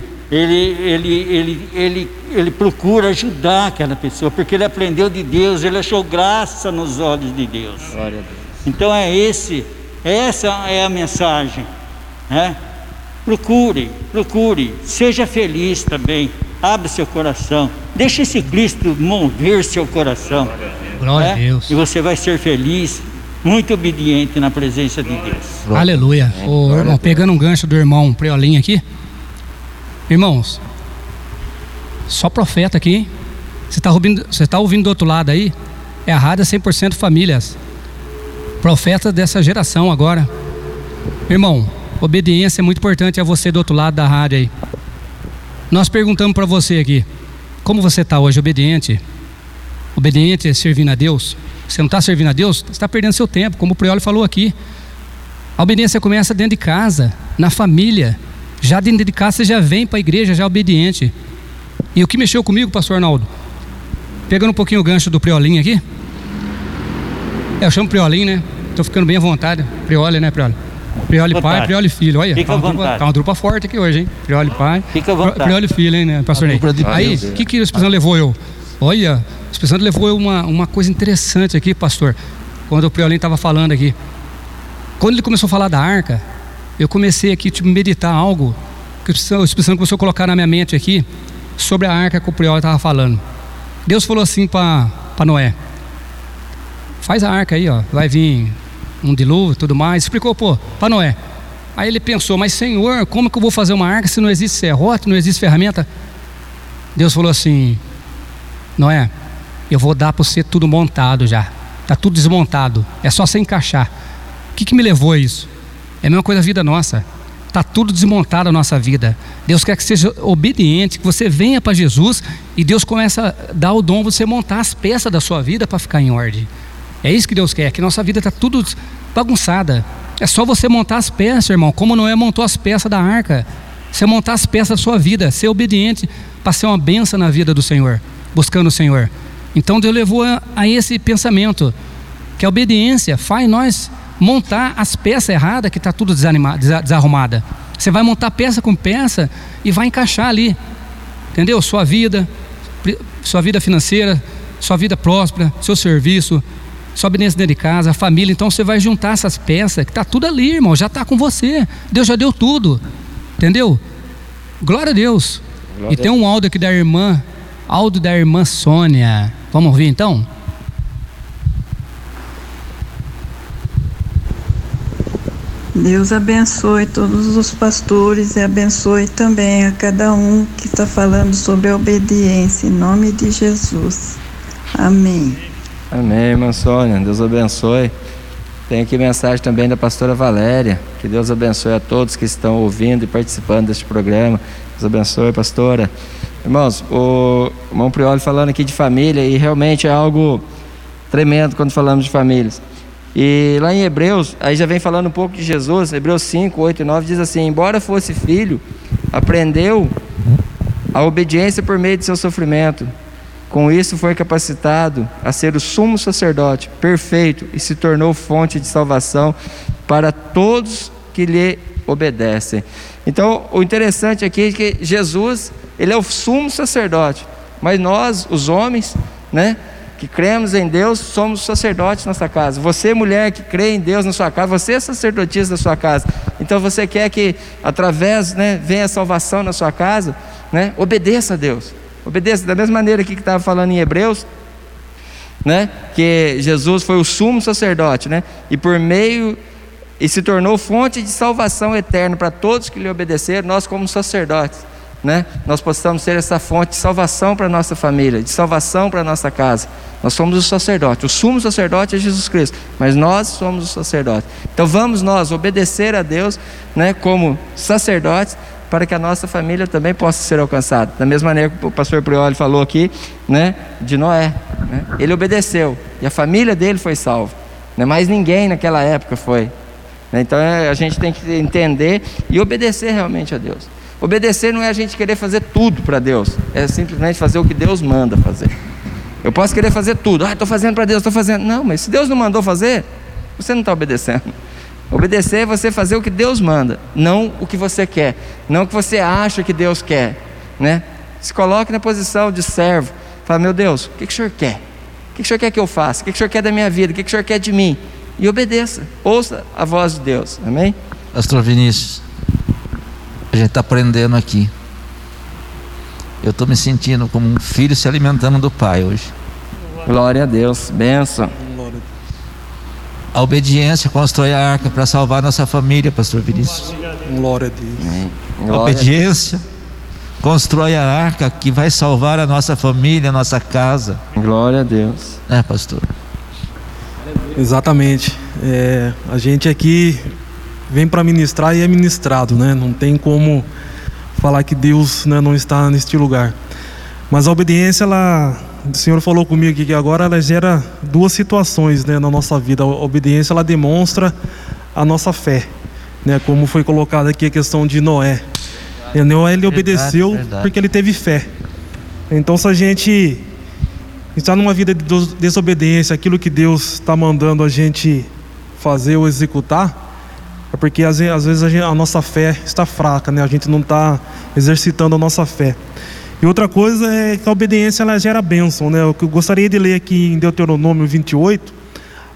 [SPEAKER 5] procura ajudar aquela pessoa, porque ele aprendeu de Deus, ele achou graça nos olhos de Deus. Glória a Deus. Então essa é a mensagem, né? Procure, seja feliz também, abre seu coração, deixe esse Cristo mover seu coração.
[SPEAKER 6] Glória a Deus.
[SPEAKER 5] E você vai ser feliz, muito obediente na presença de Deus.
[SPEAKER 6] Aleluia. Irmão, pegando um gancho do irmão Preolinho aqui, irmãos, só profeta aqui, hein? Você está ouvindo do outro lado aí? É a rádio 100% famílias, profetas dessa geração agora. Irmão, obediência é muito importante a você do outro lado da rádio aí. Nós perguntamos para você aqui, como você está hoje? Obediente? Obediente é servindo a Deus? Você não está servindo a Deus? Você está perdendo seu tempo, como o Prioli falou aqui. A obediência começa dentro de casa, na família. Já dentro de casa você já vem para a igreja já obediente. E o que mexeu comigo, pastor Arnaldo, pegando um pouquinho o gancho do Priolinho aqui, eu chamo Priolinho, né? Estou ficando bem à vontade. Prioli, né, Prioli? Prioli pai, Prioli filho. Olha, tá uma dupla forte aqui hoje, hein? Prioli pai, Prioli filho, hein, né, pastor Ney? Aí, o que o Espírito Santo levou eu? Olha, o Espírito Santo levou eu uma coisa interessante aqui, pastor. quando o Priolinho estava falando aqui. Quando ele começou a falar da arca, eu comecei aqui a meditar algo que o Espírito Santo começou a colocar na minha mente aqui, sobre a arca que o Prioli estava falando. Deus falou assim para Noé: faz a arca aí, ó, vai vir um dilúvio e tudo mais. Explicou para Noé. Aí ele pensou: mas Senhor, como que eu vou fazer uma arca se não existe serrote, não existe ferramenta? Deus falou assim: Noé, eu vou dar para você tudo montado já, está tudo desmontado, é só você encaixar. O que me levou a isso? É a mesma coisa da vida nossa. Está tudo desmontado a nossa vida. Deus quer que seja obediente, que você venha para Jesus e Deus começa a dar o dom de você montar as peças da sua vida para ficar em ordem. É isso que Deus quer, que nossa vida está tudo bagunçada. É só você montar as peças, irmão, como Noé montou as peças da arca. Você montar as peças da sua vida, ser obediente para ser uma bênção na vida do Senhor, buscando o Senhor. Então Deus levou a esse pensamento, que a obediência faz nós montar as peças erradas, que está tudo desarrumada. Você vai montar peça com peça e vai encaixar ali, entendeu? Sua vida financeira, sua vida próspera, seu serviço, sua obediência dentro de casa, a família. Então você vai juntar essas peças, que está tudo ali, irmão, já está com você. Deus já deu tudo, entendeu? Glória a Deus. Glória. E tem um áudio aqui da irmã Sônia. Vamos ouvir então?
[SPEAKER 9] Deus abençoe todos os pastores e abençoe também a cada um que está falando sobre a obediência, em nome de Jesus. Amém.
[SPEAKER 3] Amém, irmã Sônia, Deus abençoe. Tem aqui mensagem também da pastora Valéria, que Deus abençoe a todos que estão ouvindo e participando deste programa. Deus abençoe, pastora. Irmãos, o irmão Prioli falando aqui de família, e realmente é algo tremendo quando falamos de famílias. E lá em Hebreus, aí já vem falando um pouco de Jesus. Hebreus 5, 8 e 9 diz assim: embora fosse filho, aprendeu a obediência por meio de seu sofrimento. Com isso foi capacitado a ser o sumo sacerdote perfeito e se tornou fonte de salvação para todos que lhe obedecem. Então o interessante aqui é que Jesus, ele é o sumo sacerdote, mas nós, os homens, né, que cremos em Deus, somos sacerdotes na nossa casa. Você, mulher que crê em Deus na sua casa, você é sacerdotisa da sua casa. Então você quer que através, né, venha a salvação na sua casa, né? Obedeça a Deus. Obedeça da mesma maneira aqui que estava falando em Hebreus, né, que Jesus foi o sumo sacerdote, né, e se tornou fonte de salvação eterna para todos que lhe obedeceram. Nós, como sacerdotes, né, nós possamos ser essa fonte de salvação para a nossa família, de salvação para a nossa casa. Nós somos os sacerdotes. O sumo sacerdote é Jesus Cristo, mas nós somos os sacerdotes. Então vamos nós obedecer a Deus, né, como sacerdotes, para que a nossa família também possa ser alcançada. Da mesma maneira que o pastor Prioli falou aqui, né, de Noé, né? Ele obedeceu e a família dele foi salva, né? Mas ninguém naquela época foi, né? Então a gente tem que entender e obedecer realmente a Deus. Obedecer não é a gente querer fazer tudo para Deus, é simplesmente fazer o que Deus manda fazer. Eu posso querer fazer tudo, estou fazendo para Deus, estou fazendo. Não, mas se Deus não mandou fazer, você não está obedecendo. Obedecer é você fazer o que Deus manda, não o que você quer, não o que você acha que Deus quer, né? Se coloque na posição de servo. Fala: meu Deus, o que o Senhor quer? O que o Senhor quer que eu faça? O que o Senhor quer da minha vida? O que o Senhor quer de mim? E obedeça, ouça a voz de Deus. Amém?
[SPEAKER 2] Pastor Vinícius, a gente está aprendendo aqui. Eu estou me sentindo como um filho se alimentando do pai hoje.
[SPEAKER 3] Glória a Deus, bênção.
[SPEAKER 2] A obediência constrói a arca para salvar nossa família, pastor Vinícius.
[SPEAKER 4] Glória a Deus.
[SPEAKER 2] A obediência constrói a arca que vai salvar a nossa família, a nossa casa.
[SPEAKER 3] Glória a Deus.
[SPEAKER 2] É, pastor.
[SPEAKER 4] Exatamente. A gente aqui vem para ministrar e é ministrado, né? Não tem como falar que Deus, né, não está neste lugar. Mas a obediência, o Senhor falou comigo aqui que agora ela gera duas situações, né, na nossa vida. A obediência, ela demonstra a nossa fé, né, como foi colocado aqui a questão de Noé. Noé, ele obedeceu porque ele teve fé. Então, se a gente está numa vida de desobediência, aquilo que Deus está mandando a gente fazer ou executar, é porque às vezes a nossa fé está fraca, né? A gente não está exercitando a nossa fé. E outra coisa é que a obediência, ela gera bênção, né? O que eu gostaria de ler aqui em Deuteronômio 28,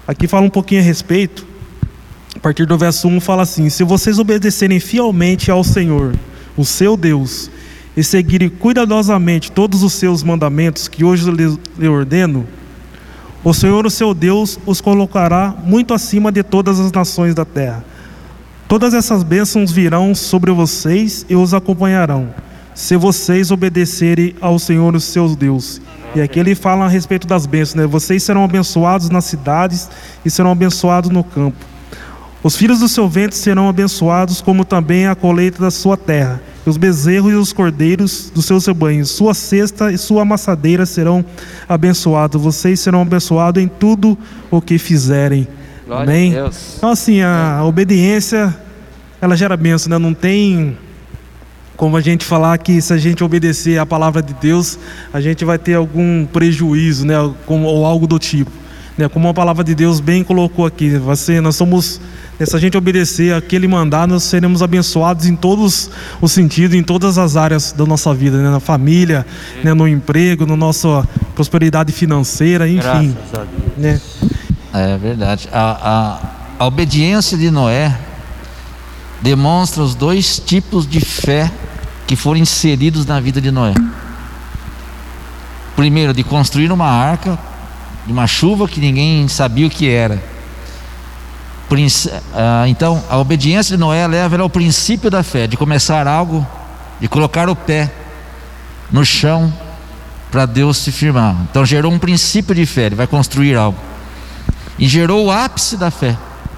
[SPEAKER 4] Aqui fala um pouquinho a respeito, a partir do verso 1 fala assim: se vocês obedecerem fielmente ao Senhor, o seu Deus, e seguirem cuidadosamente todos os seus mandamentos que hoje lhe ordeno, o Senhor, o seu Deus, os colocará muito acima de todas as nações da terra. Todas essas bênçãos virão sobre vocês e os acompanharão, se vocês obedecerem ao Senhor, o seu Deus. E aqui ele fala a respeito das bênçãos, né? Vocês serão abençoados nas cidades e serão abençoados no campo. Os filhos do seu ventre serão abençoados, como também a colheita da sua terra. E os bezerros e os cordeiros dos seus rebanhos, sua cesta e sua amassadeira serão abençoados. Vocês serão abençoados em tudo o que fizerem.
[SPEAKER 3] Glória
[SPEAKER 4] Amém?
[SPEAKER 3] a Deus.
[SPEAKER 4] Então assim, a obediência, ela gera bênção, né? Não tem como a gente falar que se a gente obedecer a palavra de Deus, a gente vai ter algum prejuízo, né? Ou algo do tipo, né? Como a palavra de Deus bem colocou aqui, nós somos, se a gente obedecer aquele mandado, nós seremos abençoados em todos os sentidos, em todas as áreas da nossa vida, né? Na família, né? No emprego, na nossa prosperidade financeira, enfim.
[SPEAKER 5] Graças a Deus.
[SPEAKER 4] Né?
[SPEAKER 2] É verdade. A obediência de Noé demonstra os dois tipos de fé que foram inseridos na vida de Noé. Primeiro, de construir uma arca de uma chuva que ninguém sabia o que era. Então, a obediência de Noé leva ao princípio da fé, de começar algo, de colocar o pé no chão para Deus se firmar. Então gerou um princípio de fé, ele vai construir algo. E gerou o ápice da fé.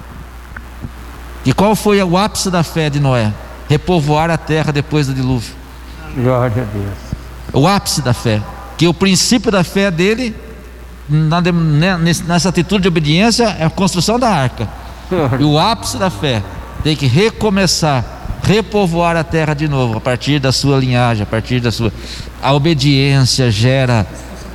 [SPEAKER 2] E qual foi o ápice da fé de Noé? Repovoar a terra depois do dilúvio.
[SPEAKER 5] Glória a Deus.
[SPEAKER 2] O ápice da fé. Que o princípio da fé dele, nessa atitude de obediência, é a construção da arca. E o ápice da fé tem que recomeçar, repovoar a terra de novo, a partir da sua linhagem, a partir da sua... A obediência gera,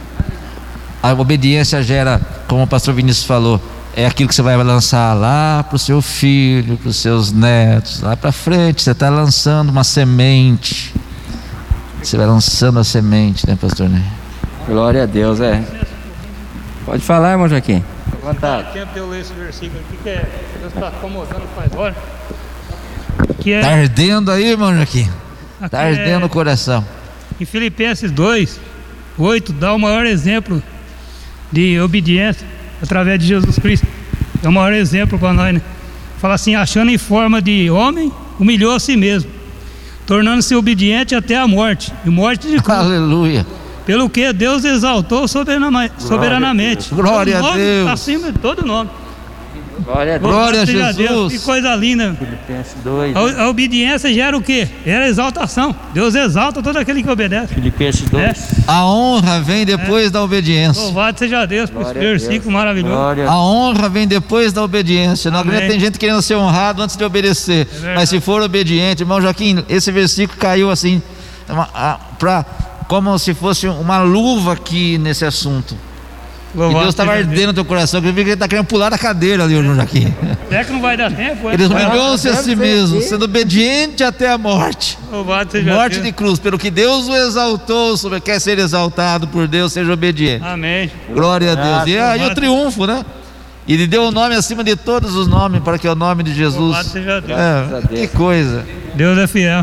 [SPEAKER 2] como o pastor Vinícius falou, é aquilo que você vai lançar lá para o seu filho, para os seus netos, lá para frente. Você está lançando uma semente. Você vai lançando a semente, né, pastor Ney?
[SPEAKER 3] Glória a Deus, Pode falar, irmão Joaquim.
[SPEAKER 7] Há tempo eu leio esse versículo aqui, que Deus está acomodando faz hora.
[SPEAKER 2] Está ardendo aí, irmão Joaquim? Está ardendo o coração.
[SPEAKER 7] Em Filipenses 2:8 dá o maior exemplo de obediência através de Jesus Cristo. É o maior exemplo para nós, né? Fala assim: achando em forma de homem, humilhou a si mesmo, tornando-se obediente até a morte, e morte de cruz.
[SPEAKER 2] Aleluia.
[SPEAKER 7] Pelo que Deus exaltou soberanamente.
[SPEAKER 2] Glória a Deus.
[SPEAKER 7] Acima de todo nome.
[SPEAKER 3] Glória
[SPEAKER 2] a Jesus.
[SPEAKER 7] Que coisa linda.
[SPEAKER 5] Filipenses 2.
[SPEAKER 7] A obediência gera o quê? Gera exaltação. Deus exalta todo aquele que obedece.
[SPEAKER 5] Filipenses 2.
[SPEAKER 2] A honra vem depois da obediência.
[SPEAKER 7] Louvado seja Deus por esse versículo maravilhoso.
[SPEAKER 2] A honra vem depois da obediência. Não tem gente querendo ser honrado antes de obedecer. Mas se for obediente, irmão Joaquim, esse versículo caiu assim, como se fosse uma luva aqui nesse assunto.
[SPEAKER 7] Louvado,
[SPEAKER 2] e Deus estava ardendo no teu coração, que eu vi que ele está querendo pular da cadeira ali, irmão Joaquim.
[SPEAKER 7] É que não vai dar tempo.
[SPEAKER 2] Ele humilhou-se a si mesmo, sendo obediente até a morte.
[SPEAKER 7] Louvado seja
[SPEAKER 2] morte
[SPEAKER 7] Deus.
[SPEAKER 2] De cruz, pelo que Deus o exaltou, quer ser exaltado por Deus, seja obediente.
[SPEAKER 7] Amém.
[SPEAKER 2] Glória a Deus. E aí o triunfo, né? E ele deu o nome acima de todos os nomes, para que o nome de Jesus.
[SPEAKER 7] Louvado seja Deus.
[SPEAKER 2] Que coisa.
[SPEAKER 7] Deus é fiel.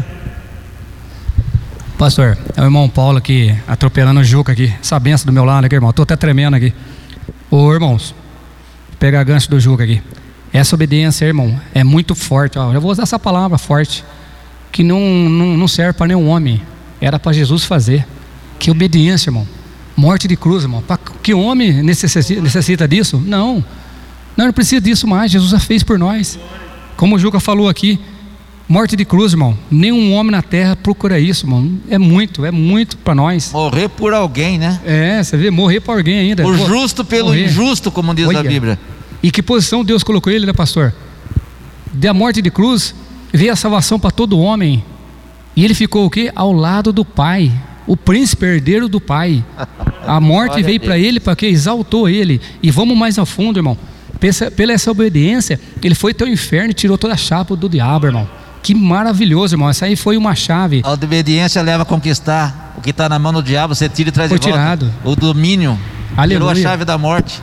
[SPEAKER 6] Pastor, é o irmão Paulo aqui, atropelando o Juca aqui. Essa benção do meu lado aqui, irmão. Estou até tremendo aqui. Ô, irmãos, pega a gancho do Juca aqui. Essa obediência, irmão, é muito forte. Eu vou usar essa palavra forte, que não serve para nenhum homem. Era para Jesus fazer. Que obediência, irmão. Morte de cruz, irmão. Que homem necessita disso? Não, não precisa disso mais. Jesus já fez por nós. Como o Juca falou aqui, morte de cruz, irmão. Nenhum homem na terra procura isso, irmão. É muito para nós.
[SPEAKER 2] Morrer por alguém, né?
[SPEAKER 6] Você vê, morrer por alguém ainda.
[SPEAKER 2] O justo pelo injusto, como diz a Bíblia.
[SPEAKER 6] E que posição Deus colocou ele, né, pastor? Da morte de cruz veio a salvação para todo homem. E ele ficou o quê? Ao lado do Pai. O príncipe herdeiro do Pai. A morte veio para ele para que exaltou ele. E vamos mais a fundo, irmão. Pela essa obediência, ele foi até o inferno e tirou toda a chapa do diabo, irmão. Que maravilhoso, irmão. Essa aí foi uma chave.
[SPEAKER 2] A obediência leva a conquistar o que está na mão do diabo. Você tira e traz de volta. O domínio.
[SPEAKER 6] Aleluia.
[SPEAKER 2] Tirou a chave da morte.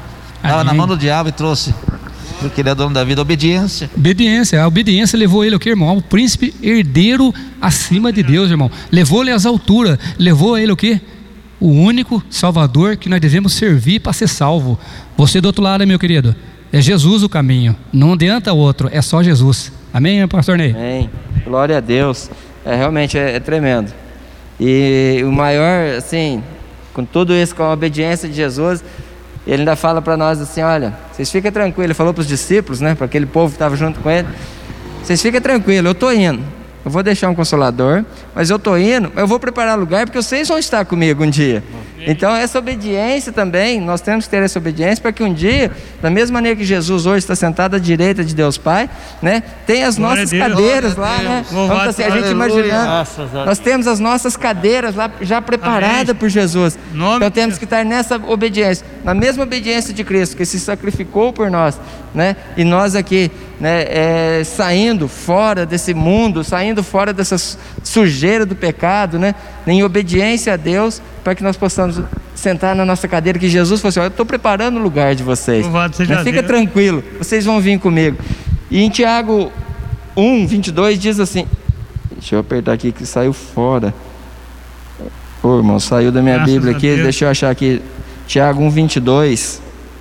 [SPEAKER 2] Estava na mão do diabo e trouxe, porque ele é dono da vida, obediência.
[SPEAKER 6] A obediência levou ele o que, irmão? Ao príncipe herdeiro acima de Deus, irmão. Levou ele às alturas, levou ele o que? O único Salvador que nós devemos servir para ser salvo. Você do outro lado, meu querido, é Jesus o caminho, não adianta outro, é só Jesus. Amém, pastor Ney?
[SPEAKER 3] Amém, glória a Deus. Realmente é tremendo. E o maior, assim, com tudo isso, com a obediência de Jesus, ele ainda fala para nós assim: olha, vocês fiquem tranquilos. Ele falou para os discípulos, né, para aquele povo que estava junto com ele: vocês fiquem tranquilos, eu estou indo, eu vou deixar um consolador, mas eu estou indo, eu vou preparar lugar, porque vocês vão estar comigo um dia. Então essa obediência também, nós temos que ter essa obediência para que um dia, da mesma maneira que Jesus hoje está sentado à direita de Deus Pai, né, tem as nossas cadeiras lá, né? Vamos assim, a gente imaginando, nós temos as nossas cadeiras lá já preparadas por Jesus. Então temos que estar nessa obediência, na mesma obediência de Cristo, que se sacrificou por nós, né? E nós aqui, né, saindo fora desse mundo, saindo fora dessa sujeira do pecado, né, em obediência a Deus, para que nós possamos sentar na nossa cadeira, que Jesus falou assim: eu estou preparando o lugar de vocês, fica tranquilo, vocês vão vir comigo. E em Tiago 1:22 diz assim, deixa eu apertar aqui que saiu fora, irmão, saiu da minha Bíblia aqui, deixa eu achar aqui, Tiago 1:22.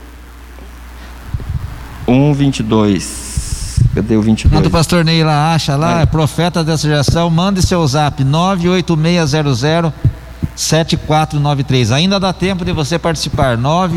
[SPEAKER 3] Cadê o 22?
[SPEAKER 2] Quando o pastor Ney lá acha lá, é profeta dessa geração, mande seu zap 98600-7493. Ainda dá tempo de você participar.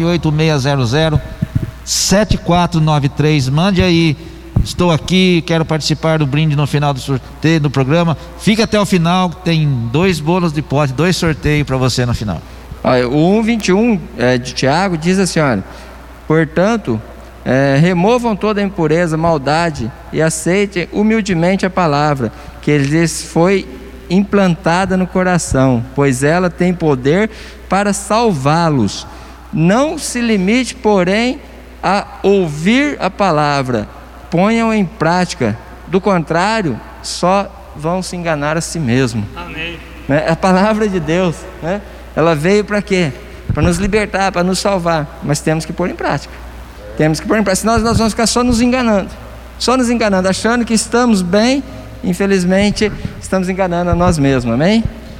[SPEAKER 2] 98600-7493. Mande aí: estou aqui, quero participar do brinde no final do sorteio do programa. Fica até o final, tem 2 bolos de pote, 2 sorteios para você no final.
[SPEAKER 3] Olha, o 1:21 de Tiago diz assim: olha, portanto, removam toda a impureza, maldade, e aceitem humildemente a palavra que lhes foi implantada no coração, pois ela tem poder para salvá-los. Não se limite, porém, a ouvir a palavra, ponham em prática, do contrário, só vão se enganar a si mesmo.
[SPEAKER 7] Amém.
[SPEAKER 3] A palavra de Deus, né, ela veio para quê? Para nos libertar, para nos salvar, mas temos que pôr em prática. Temos que pôr em prática, senão nós vamos ficar só nos enganando, achando que estamos bem. Infelizmente, estamos enganando a nós mesmos. Amém?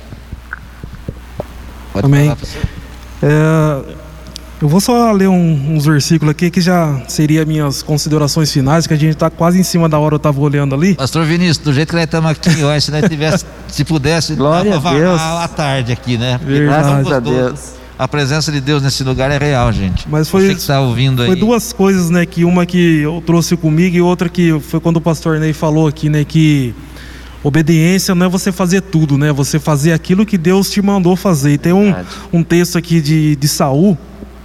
[SPEAKER 4] Amém. Eu vou só ler uns versículos aqui que já seria minhas considerações finais, que a gente está quase em cima da hora, eu estava olhando ali.
[SPEAKER 2] Pastor Vinícius, do jeito que nós estamos aqui hoje, se nós tivesse, se pudesse,
[SPEAKER 3] glória a Deus,
[SPEAKER 2] à tarde aqui, né?
[SPEAKER 3] Graças a Deus.
[SPEAKER 2] A presença de Deus nesse lugar é real, gente.
[SPEAKER 4] Mas foi,
[SPEAKER 2] você que está ouvindo aí.
[SPEAKER 4] Foi 2 coisas, né? Que uma que eu trouxe comigo e outra que foi quando o pastor Ney falou aqui, né? Que obediência não é você fazer tudo, né? Você fazer aquilo que Deus te mandou fazer. E tem um texto aqui de Saul,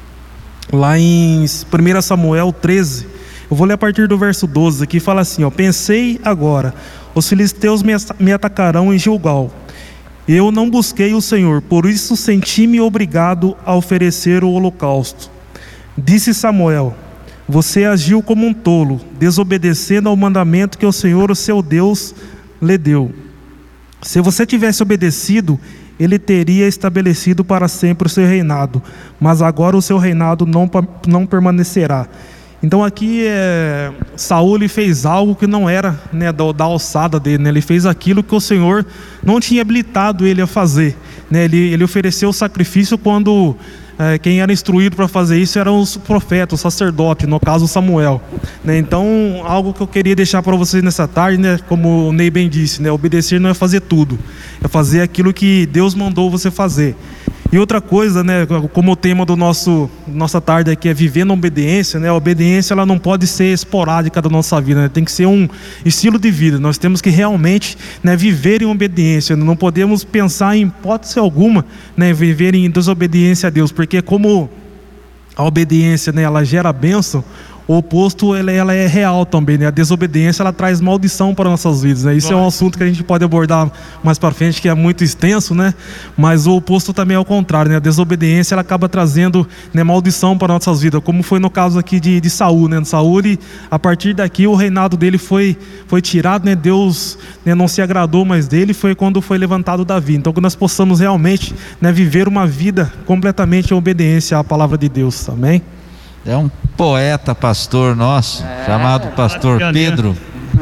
[SPEAKER 4] lá em 1 Samuel 13. Eu vou ler a partir do verso 12 aqui, fala assim, ó: pensei agora, os filisteus me atacarão em Gilgal. Eu não busquei o Senhor, por isso senti-me obrigado a oferecer o holocausto. Disse Samuel: você agiu como um tolo, desobedecendo ao mandamento que o Senhor, o seu Deus, lhe deu. Se você tivesse obedecido, ele teria estabelecido para sempre o seu reinado, mas agora o seu reinado não permanecerá. Então aqui Saul, ele fez algo que não era, né, da alçada dele, né? Ele fez aquilo que o Senhor não tinha habilitado ele a fazer, né? Ele ofereceu o sacrifício quando quem era instruído para fazer isso eram os profetas, o sacerdote, no caso Samuel, né? Então algo que eu queria deixar para vocês nessa tarde, né, como o Ney bem disse, né, obedecer não é fazer tudo, é fazer aquilo que Deus mandou você fazer. E outra coisa, né, como o tema do nossa tarde aqui é viver na obediência, né, a obediência ela não pode ser esporádica da nossa vida, né, tem que ser um estilo de vida. Nós temos que realmente, né, viver em obediência, não podemos pensar em hipótese alguma, né, viver em desobediência a Deus, porque como a obediência, né, ela gera bênção, o oposto ela é real também, né? A desobediência ela traz maldição para nossas vidas, né? Isso é um assunto que a gente pode abordar mais para frente, que é muito extenso, né? Mas o oposto também é o contrário, né? A desobediência ela acaba trazendo, né, maldição para nossas vidas, como foi no caso aqui de Saul, né? Saul, a partir daqui o reinado dele foi tirado, né? Deus, né, não se agradou mais dele, foi quando foi levantado Davi. Então que nós possamos realmente, né, viver uma vida completamente em obediência à palavra de Deus, amém?
[SPEAKER 2] É um poeta pastor nosso, chamado Pastor Pedro.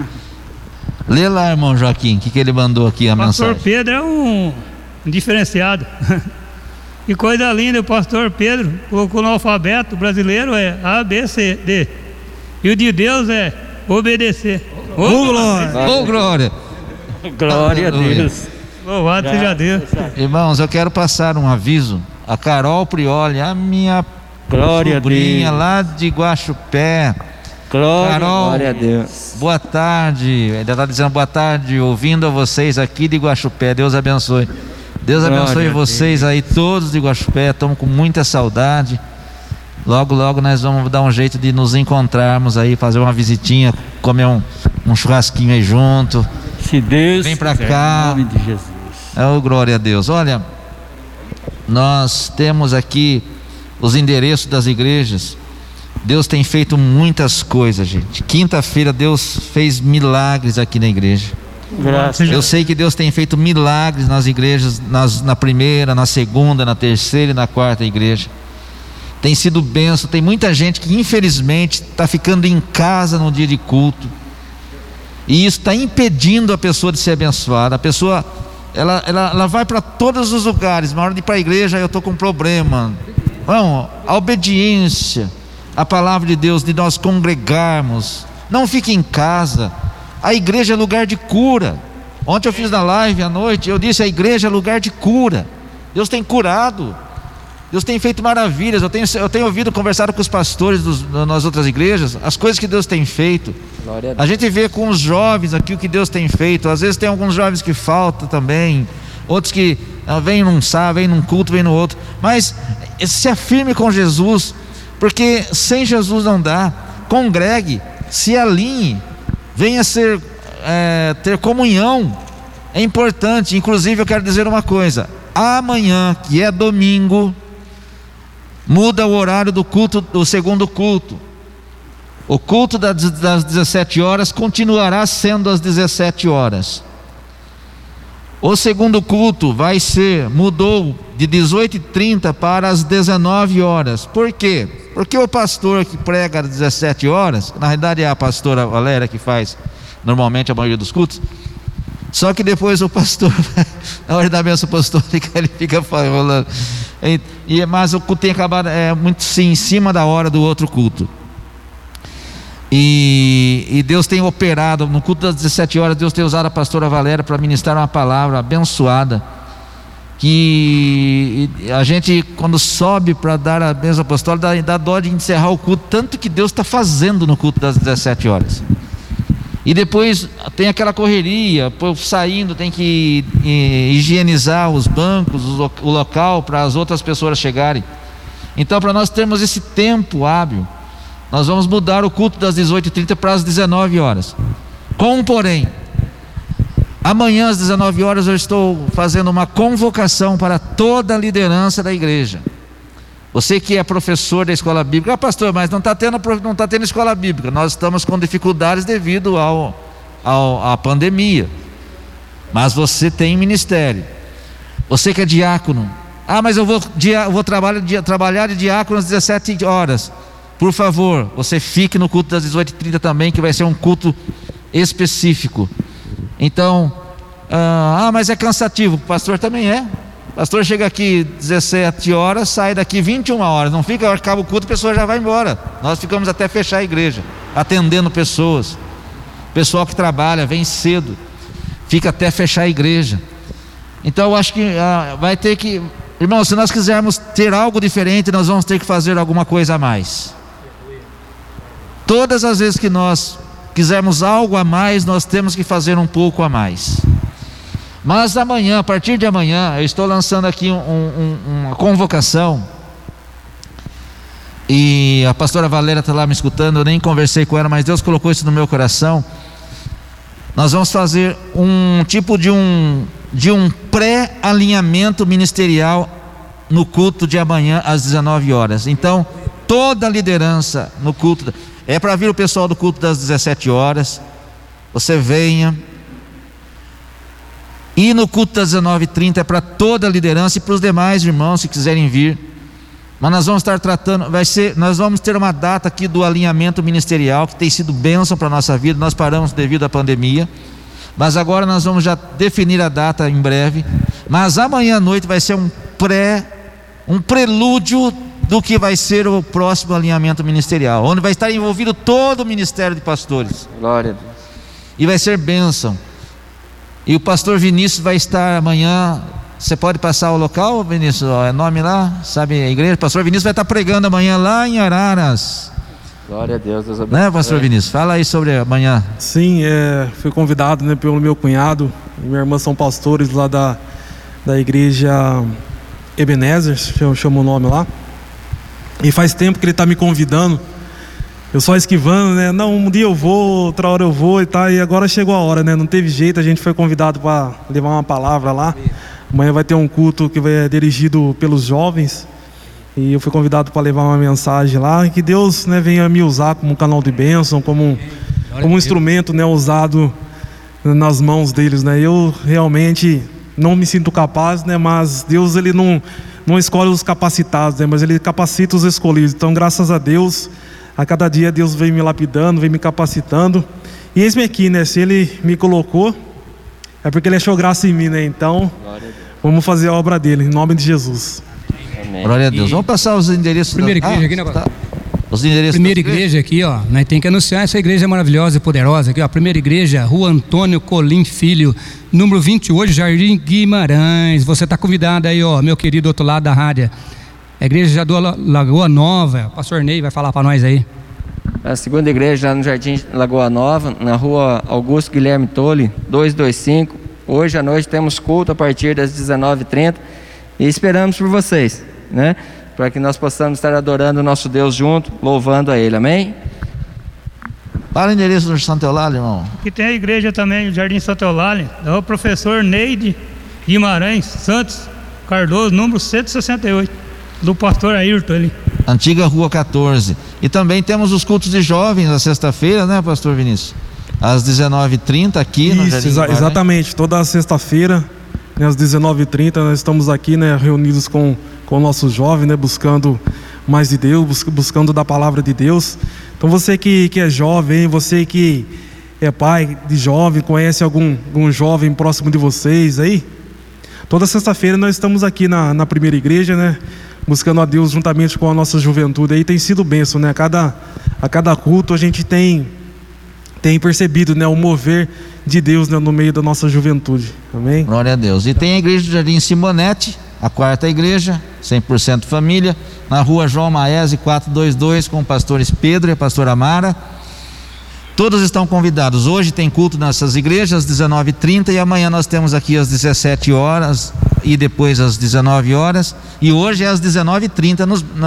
[SPEAKER 2] Lê lá, irmão Joaquim, o que ele mandou aqui a mensagem.
[SPEAKER 7] Pastor Pedro é um diferenciado. Que coisa linda, o pastor Pedro colocou no alfabeto brasileiro é A, B, C, D. E o de Deus é obedecer.
[SPEAKER 2] Glória! Glória!
[SPEAKER 5] Glória a Deus.
[SPEAKER 7] Louvado seja Deus.
[SPEAKER 2] Irmãos, eu quero passar um aviso. A Carol Prioli, a minha
[SPEAKER 5] Glória
[SPEAKER 2] sobrinha
[SPEAKER 5] a Deus.
[SPEAKER 2] lá de Guaxupé. Carol,
[SPEAKER 3] glória a Deus.
[SPEAKER 2] Boa tarde. Ainda está dizendo boa tarde, ouvindo a vocês aqui de Guaxupé. Deus abençoe. Deus abençoe vocês aí, todos de Guaxupé. Estamos com muita saudade. Logo, logo nós vamos dar um jeito de nos encontrarmos aí, fazer uma visitinha, comer um churrasquinho aí junto.
[SPEAKER 5] Se Deus
[SPEAKER 2] vem pra cá.
[SPEAKER 5] Em nome de Jesus.
[SPEAKER 2] Glória a Deus. Olha, nós temos aqui os endereços das igrejas. Deus tem feito muitas coisas, gente. Quinta-feira Deus fez milagres aqui na igreja.
[SPEAKER 5] Graças.
[SPEAKER 2] Eu sei que Deus tem feito milagres nas igrejas, na primeira, na segunda, na terceira e na quarta igreja. Tem sido bênção. Tem muita gente que infelizmente está ficando em casa no dia de culto, e isso está impedindo a pessoa de ser abençoada. A pessoa ela vai para todos os lugares, na hora de ir para a igreja eu estou com um problema. Não, a obediência à palavra de Deus, de nós congregarmos. Não fique em casa. A igreja é lugar de cura. Ontem eu fiz na live à noite, eu disse: a igreja é lugar de cura. Deus tem curado, Deus tem feito maravilhas. Eu tenho ouvido, conversado com os pastores nas outras igrejas, as coisas que Deus tem feito. A gente vê com os jovens aqui o que Deus tem feito. Às vezes tem alguns jovens que faltam também, outros que vêm num sábado, vêm num culto, vêm no outro. Mas se afirme com Jesus, porque sem Jesus não dá. Congregue, se alinhe, venha ter comunhão. É importante. Inclusive eu quero dizer uma coisa: amanhã, que é domingo, muda o horário do culto, do segundo culto. O culto das 17 horas continuará sendo às 17 horas. O segundo culto mudou de 18h30 para as 19 horas. Por quê? Porque o pastor que prega às 17 horas, na realidade é a pastora Valéria que faz normalmente a maioria dos cultos. Só que depois o pastor, na hora da bênção apostólica, ele fica falando. Mas o culto tem acabado muito sim, em cima da hora do outro culto. E Deus tem operado no culto das 17 horas. Deus tem usado a pastora Valéria para ministrar uma palavra abençoada, que a gente, quando sobe para dar a bênção apostólica, dá dó de encerrar o culto, tanto que Deus está fazendo no culto das 17 horas. E depois tem aquela correria, saindo, tem que higienizar os bancos, o local, para as outras pessoas chegarem. Então, para nós termos esse tempo hábil, nós vamos mudar o culto das 18h30 para as 19 horas. Porém, amanhã às 19 horas eu estou fazendo uma convocação para toda a liderança da igreja. Você que é professor da escola bíblica: pastor, mas não está tendo escola bíblica. Nós estamos com dificuldades devido à pandemia. Mas você tem ministério. Você que é diácono: mas eu vou trabalhar de diácono às 17 horas. Por favor, você fique no culto das 18h30 também, que vai ser um culto específico. Então, mas é cansativo. O pastor também é. O pastor chega aqui 17 horas, sai daqui 21 horas. Não fica, acaba o culto, a pessoa já vai embora. Nós ficamos até fechar a igreja, atendendo pessoas. Pessoal que trabalha, vem cedo, fica até fechar a igreja. Então eu acho que vai ter que... Irmão, se nós quisermos ter algo diferente, nós vamos ter que fazer alguma coisa a mais. Todas as vezes que nós quisermos algo a mais, nós temos que fazer um pouco a mais. Mas amanhã, a partir de amanhã, eu estou lançando aqui uma convocação. E a pastora Valéria está lá me escutando, eu nem conversei com ela, mas Deus colocou isso no meu coração. Nós vamos fazer um tipo de um pré-alinhamento ministerial no culto de amanhã às 19 horas. Então, toda a liderança no culto, é para vir o pessoal do culto das 17 horas, você venha. E no culto das 19h30 é para toda a liderança e para os demais irmãos, se quiserem vir. Mas nós vamos estar tratando, nós vamos ter uma data aqui do alinhamento ministerial, que tem sido bênção para a nossa vida. Nós paramos devido à pandemia, mas agora nós vamos já definir a data em breve. Mas amanhã à noite vai ser um prelúdio do que vai ser o próximo alinhamento ministerial, onde vai estar envolvido todo o ministério de pastores.
[SPEAKER 3] Glória a Deus.
[SPEAKER 2] E vai ser bênção. E o pastor Vinícius vai estar amanhã. Você pode passar o local, Vinícius? É nome lá, sabe, a igreja? O pastor Vinícius vai estar pregando amanhã lá em Araras.
[SPEAKER 3] Glória a Deus, Deus abençoe.
[SPEAKER 2] Né, pastor Vinícius? Fala aí sobre amanhã.
[SPEAKER 4] Sim, fui convidado, né, pelo meu cunhado e minha irmã, são pastores lá da igreja Ebenezer, chama o nome lá. E faz tempo que ele está me convidando. Eu só esquivando, né? Não, um dia eu vou, outra hora eu vou e tal. E agora chegou a hora, né? Não teve jeito, a gente foi convidado para levar uma palavra lá. Amanhã vai ter um culto que vai ser dirigido pelos jovens. E eu fui convidado para levar uma mensagem lá. E que Deus, né, venha me usar como um canal de bênção, como um instrumento, né, usado nas mãos deles, né? Eu realmente não me sinto capaz, né? Mas Deus, ele não escolhe os capacitados, né? Mas ele capacita os escolhidos. Então, graças a Deus, a cada dia Deus vem me lapidando, vem me capacitando. E eis-me aqui, né? Se ele me colocou, é porque ele achou graça em mim, né? Então, vamos fazer a obra dele, em nome de Jesus.
[SPEAKER 3] Amém.
[SPEAKER 2] Glória a Deus. Vamos passar os endereços.
[SPEAKER 6] Primeira igreja aqui, né?
[SPEAKER 2] Os endereços.
[SPEAKER 6] Primeira igreja aqui, ó. Nós tem que anunciar essa igreja maravilhosa e poderosa aqui, ó. Primeira igreja, Rua Antônio Colim Filho, número 28, Jardim Guimarães. Você está convidado aí, ó, meu querido, do outro lado da rádio. A igreja do Lagoa Nova. O pastor Ney vai falar para nós aí.
[SPEAKER 3] A segunda igreja lá no Jardim Lagoa Nova, na Rua Augusto Guilherme Tolle, 225. Hoje à noite temos culto a partir das 19h30 e esperamos por vocês, né? Para que nós possamos estar adorando o nosso Deus junto, louvando a Ele, amém?
[SPEAKER 2] Para o endereço do Santo Eulália, irmão.
[SPEAKER 7] Aqui tem a igreja também, o Jardim Santo Eulália, da professor Neide Guimarães Santos Cardoso, número 168, do pastor Ayrton ali.
[SPEAKER 2] Antiga Rua 14. E também temos os cultos de jovens na sexta-feira, né, pastor Vinícius? Às 19h30 aqui no Jardim Guimarães.
[SPEAKER 4] Exatamente, toda sexta-feira, né, às 19h30, nós estamos aqui, né, reunidos com o nosso jovem, né, buscando mais de Deus, buscando da palavra de Deus. Então você que é jovem, você que é pai de jovem, conhece algum jovem próximo de vocês aí, toda sexta-feira nós estamos aqui na primeira igreja, né, buscando a Deus juntamente com a nossa juventude. Aí tem sido bênção, né? A cada culto a gente tem percebido, né, o mover de Deus, né, no meio da nossa juventude. Amém?
[SPEAKER 2] Glória a Deus. E tem a igreja do Jardim Simonete, a quarta igreja, 100% família, na Rua João Maese 422, com os pastores Pedro e a pastora Mara. Todos estão convidados. Hoje tem culto nessas igrejas às 19h30 e amanhã nós temos aqui às 17 horas e depois às 19 horas. E hoje é às 19h30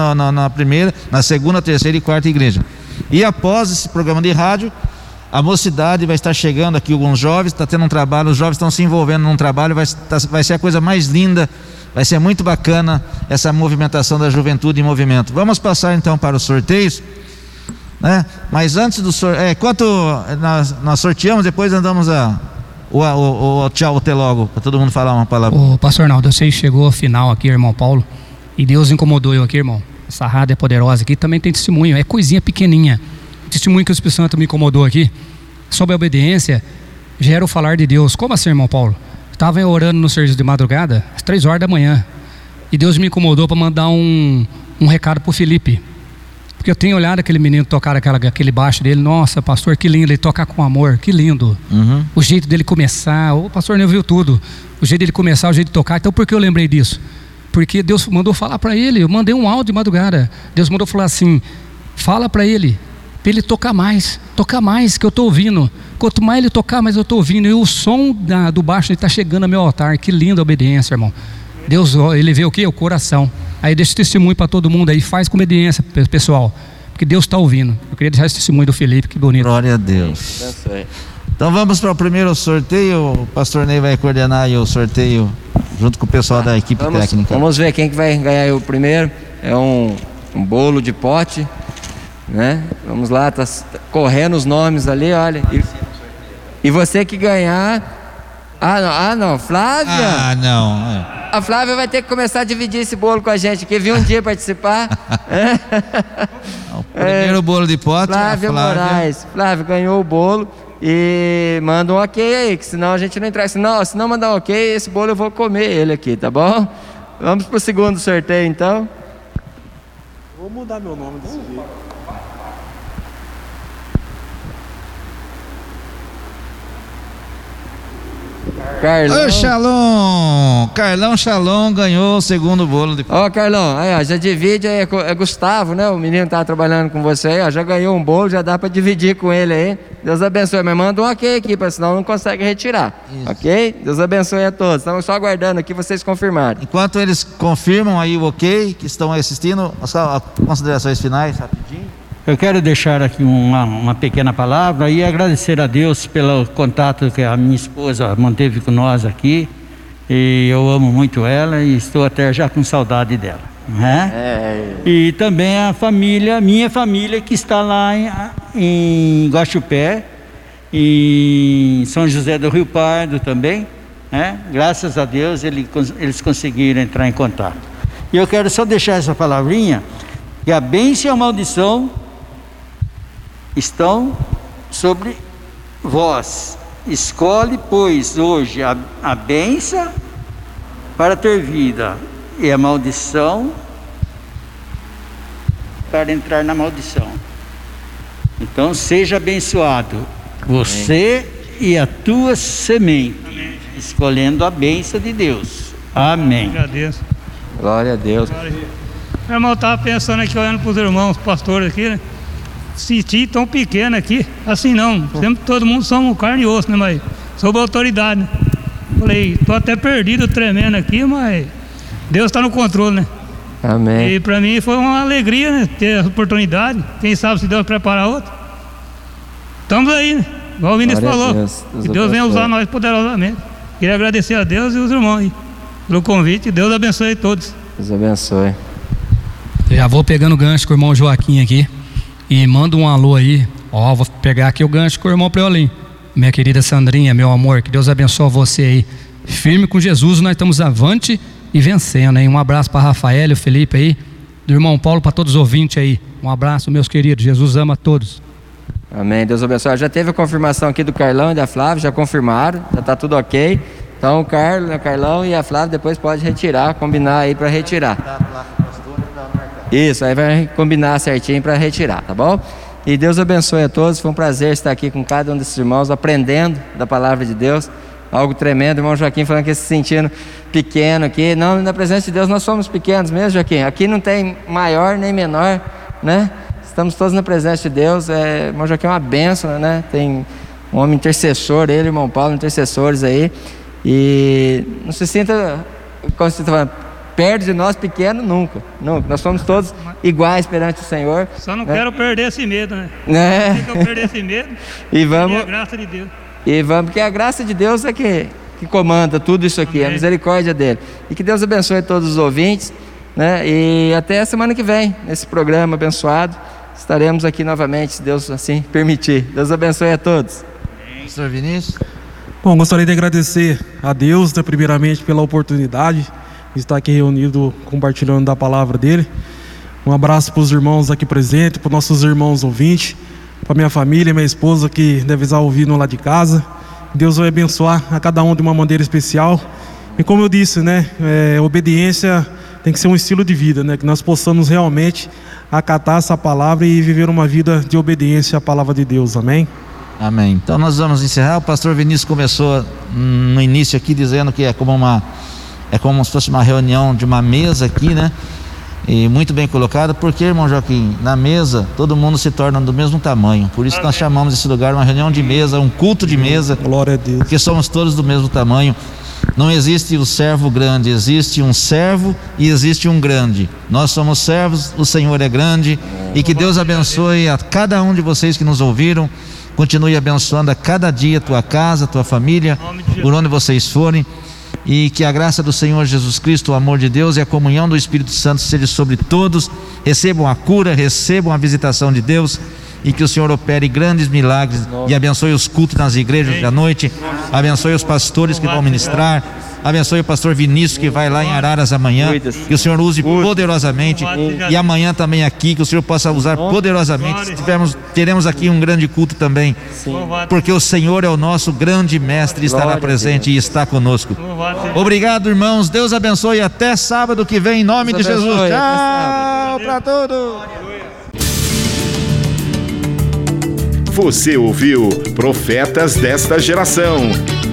[SPEAKER 2] na segunda, terceira e quarta igreja. E após esse programa de rádio, a mocidade vai estar chegando aqui, alguns jovens, está tendo um trabalho, os jovens estão se envolvendo num trabalho, vai ser a coisa mais linda, vai ser muito bacana essa movimentação da juventude em movimento. Vamos passar então para os sorteios, né? Mas antes do sorteio, enquanto nós sorteamos, depois andamos o tchau até logo, para todo mundo falar uma palavra.
[SPEAKER 6] Ô pastor Arnaldo, você chegou ao final aqui, irmão Paulo, e Deus incomodou eu aqui, irmão. Essa rádio é poderosa aqui, também tem testemunho, é coisinha pequenininha. Testemunho que o Espírito Santo me incomodou aqui, sobre a obediência, gera o falar de Deus. Como assim, irmão Paulo? Estava orando no serviço de madrugada, às 3 horas da manhã, e Deus me incomodou para mandar um recado para o Felipe, porque eu tenho olhado aquele menino tocar aquele baixo dele. Nossa, pastor, que lindo, ele toca com amor, que lindo. O jeito dele começar, o pastor não viu tudo, o jeito dele começar, o jeito de tocar. Então por que eu lembrei disso? Porque Deus mandou falar para ele, eu mandei um áudio de madrugada, Deus mandou falar assim, fala para ele tocar mais, que eu estou ouvindo. Quanto mais ele tocar, mais eu estou ouvindo. E o som do baixo está chegando ao meu altar. Que linda obediência, irmão. Deus, ele vê o quê? O coração. Aí deixa testemunho para todo mundo aí, faz com obediência, pessoal, porque Deus está ouvindo. Eu queria deixar esse testemunho do Felipe, que bonito.
[SPEAKER 2] Glória a Deus. Então vamos para o primeiro sorteio. O pastor Ney vai coordenar aí o sorteio junto com o pessoal da equipe técnica.
[SPEAKER 3] Vamos ver quem que vai ganhar o primeiro. É um bolo de pote, né? Vamos lá, tá correndo os nomes ali, olha. E você que ganhar, Ah, não, Flávia?
[SPEAKER 2] Ah, não.
[SPEAKER 3] A Flávia vai ter que começar a dividir esse bolo com a gente, que viu um dia participar.
[SPEAKER 2] O primeiro bolo de pote.
[SPEAKER 3] Flávia Moraes. Flávia ganhou o bolo e manda um ok aí, que senão a gente não entrar. Se não mandar um ok, esse bolo eu vou comer ele aqui, tá bom? Vamos pro segundo sorteio então.
[SPEAKER 4] Vou mudar meu nome desse jeito.
[SPEAKER 3] Carlão.
[SPEAKER 2] Ô, Shalom! Carlão Shalom ganhou o segundo bolo de...
[SPEAKER 3] Ó, Carlão, aí, ó, já divide aí, é Gustavo, né? O menino tá trabalhando com você aí, ó, já ganhou um bolo, já dá pra dividir com ele aí. Deus abençoe, mas manda um ok aqui, porque senão não consegue retirar. Isso. Ok? Deus abençoe a todos. Estamos só aguardando aqui vocês confirmarem.
[SPEAKER 2] Enquanto eles confirmam aí o ok, que estão assistindo, só considerações finais, rapidinho.
[SPEAKER 5] Eu quero deixar aqui uma pequena palavra e agradecer a Deus pelo contato que a minha esposa manteve com nós aqui. E eu amo muito ela e estou até já com saudade dela, né? E também a família, minha família, que está lá em Guaxupé, em São José do Rio Pardo também, né? Graças a Deus eles conseguiram entrar em contato. E eu quero só deixar essa palavrinha, que a bênção e a maldição estão sobre vós. Escolhe, pois, hoje a bênção para ter vida e a maldição para entrar na maldição. Então seja abençoado você e a tua semente, escolhendo a bênção de Deus. Amém.
[SPEAKER 7] Agradeço.
[SPEAKER 3] Glória a Deus.
[SPEAKER 7] Meu irmão, estava pensando aqui, olhando para os irmãos pastores aqui, né? Senti tão pequeno aqui, assim não, sempre todo mundo somos carne e osso, né, mas sob autoridade, né? Falei, tô até perdido, tremendo aqui, mas Deus está no controle, né?
[SPEAKER 3] Amém.
[SPEAKER 7] E para mim foi uma alegria, né, ter a oportunidade, quem sabe se Deus preparar outra. Estamos aí, né? Igual o Vinícius falou, que Deus venha usar nós poderosamente. Queria agradecer a Deus e os irmãos aí pelo convite, Deus abençoe todos.
[SPEAKER 3] Deus abençoe.
[SPEAKER 6] Já vou pegando o gancho com o irmão Joaquim aqui. E manda um alô aí. Ó, vou pegar aqui o gancho com o irmão Preolim. Minha querida Sandrinha, meu amor, que Deus abençoe você aí. Firme com Jesus, nós estamos avante e vencendo, hein? Um abraço para Rafael e o Felipe aí. Do irmão Paulo, para todos os ouvintes aí. Um abraço, meus queridos. Jesus ama a todos.
[SPEAKER 3] Amém, Deus abençoe. Já teve a confirmação aqui do Carlão e da Flávia, já confirmaram, já está tudo ok. Então o Carlão e a Flávia depois pode retirar, combinar aí para retirar. Isso, aí vai combinar certinho para retirar, tá bom? E Deus abençoe a todos, foi um prazer estar aqui com cada um desses irmãos, aprendendo da palavra de Deus, algo tremendo. O irmão Joaquim falando que se sentindo pequeno aqui. Não, na presença de Deus nós somos pequenos mesmo, Joaquim. Aqui não tem maior nem menor, né? Estamos todos na presença de Deus. O irmão Joaquim é uma bênção, né? Tem um homem intercessor, ele e o irmão Paulo, intercessores aí. E não se sinta, como você está falando, perto de nós, pequeno, nunca. Nós somos todos iguais perante o Senhor.
[SPEAKER 7] Só não quero perder esse medo, né?
[SPEAKER 3] Não
[SPEAKER 7] que eu perder esse medo.
[SPEAKER 3] E vamos.
[SPEAKER 7] A graça de Deus.
[SPEAKER 3] E vamos, porque a graça de Deus é que comanda tudo isso aqui, amém. A misericórdia dele. E que Deus abençoe todos os ouvintes, né? E até a semana que vem, nesse programa abençoado, estaremos aqui novamente, se Deus assim permitir. Deus abençoe a todos.
[SPEAKER 2] Pastor Vinícius.
[SPEAKER 4] Bom, gostaria de agradecer a Deus, né, primeiramente pela oportunidade de estar aqui reunido, compartilhando da palavra dele. Um abraço para os irmãos aqui presentes, para os nossos irmãos ouvintes, para minha família, minha esposa que deve estar ouvindo lá de casa. Deus vai abençoar a cada um de uma maneira especial. E como eu disse, né, obediência tem que ser um estilo de vida, né, que nós possamos realmente acatar essa palavra e viver uma vida de obediência à palavra de Deus. Amém?
[SPEAKER 2] Amém. Então nós vamos encerrar. O pastor Vinícius começou no início aqui dizendo que é como se fosse uma reunião de uma mesa aqui, né? E muito bem colocado, porque, irmão Joaquim, na mesa todo mundo se torna do mesmo tamanho. Por isso que nós chamamos esse lugar uma reunião de mesa, um culto de mesa.
[SPEAKER 4] Glória a Deus. Porque
[SPEAKER 2] somos todos do mesmo tamanho. Não existe o servo grande, existe um servo e existe um grande. Nós somos servos, o Senhor é grande. E que Deus abençoe a cada um de vocês que nos ouviram. Continue abençoando a cada dia a tua casa, a tua família, por onde vocês forem. E que a graça do Senhor Jesus Cristo, o amor de Deus e a comunhão do Espírito Santo seja sobre todos. Recebam a cura, recebam a visitação de Deus e que o Senhor opere grandes milagres e abençoe os cultos nas igrejas da noite, abençoe os pastores que vão ministrar, abençoe o pastor Vinícius que vai lá em Araras amanhã, que o Senhor use poderosamente, e amanhã também aqui, que o Senhor possa usar poderosamente. Teremos aqui um grande culto também, porque o Senhor é o nosso grande mestre, estará presente e está conosco. Obrigado, irmãos, Deus abençoe, até sábado que vem, em nome de Jesus. Tchau para todos.
[SPEAKER 1] Você ouviu Profetas desta Geração.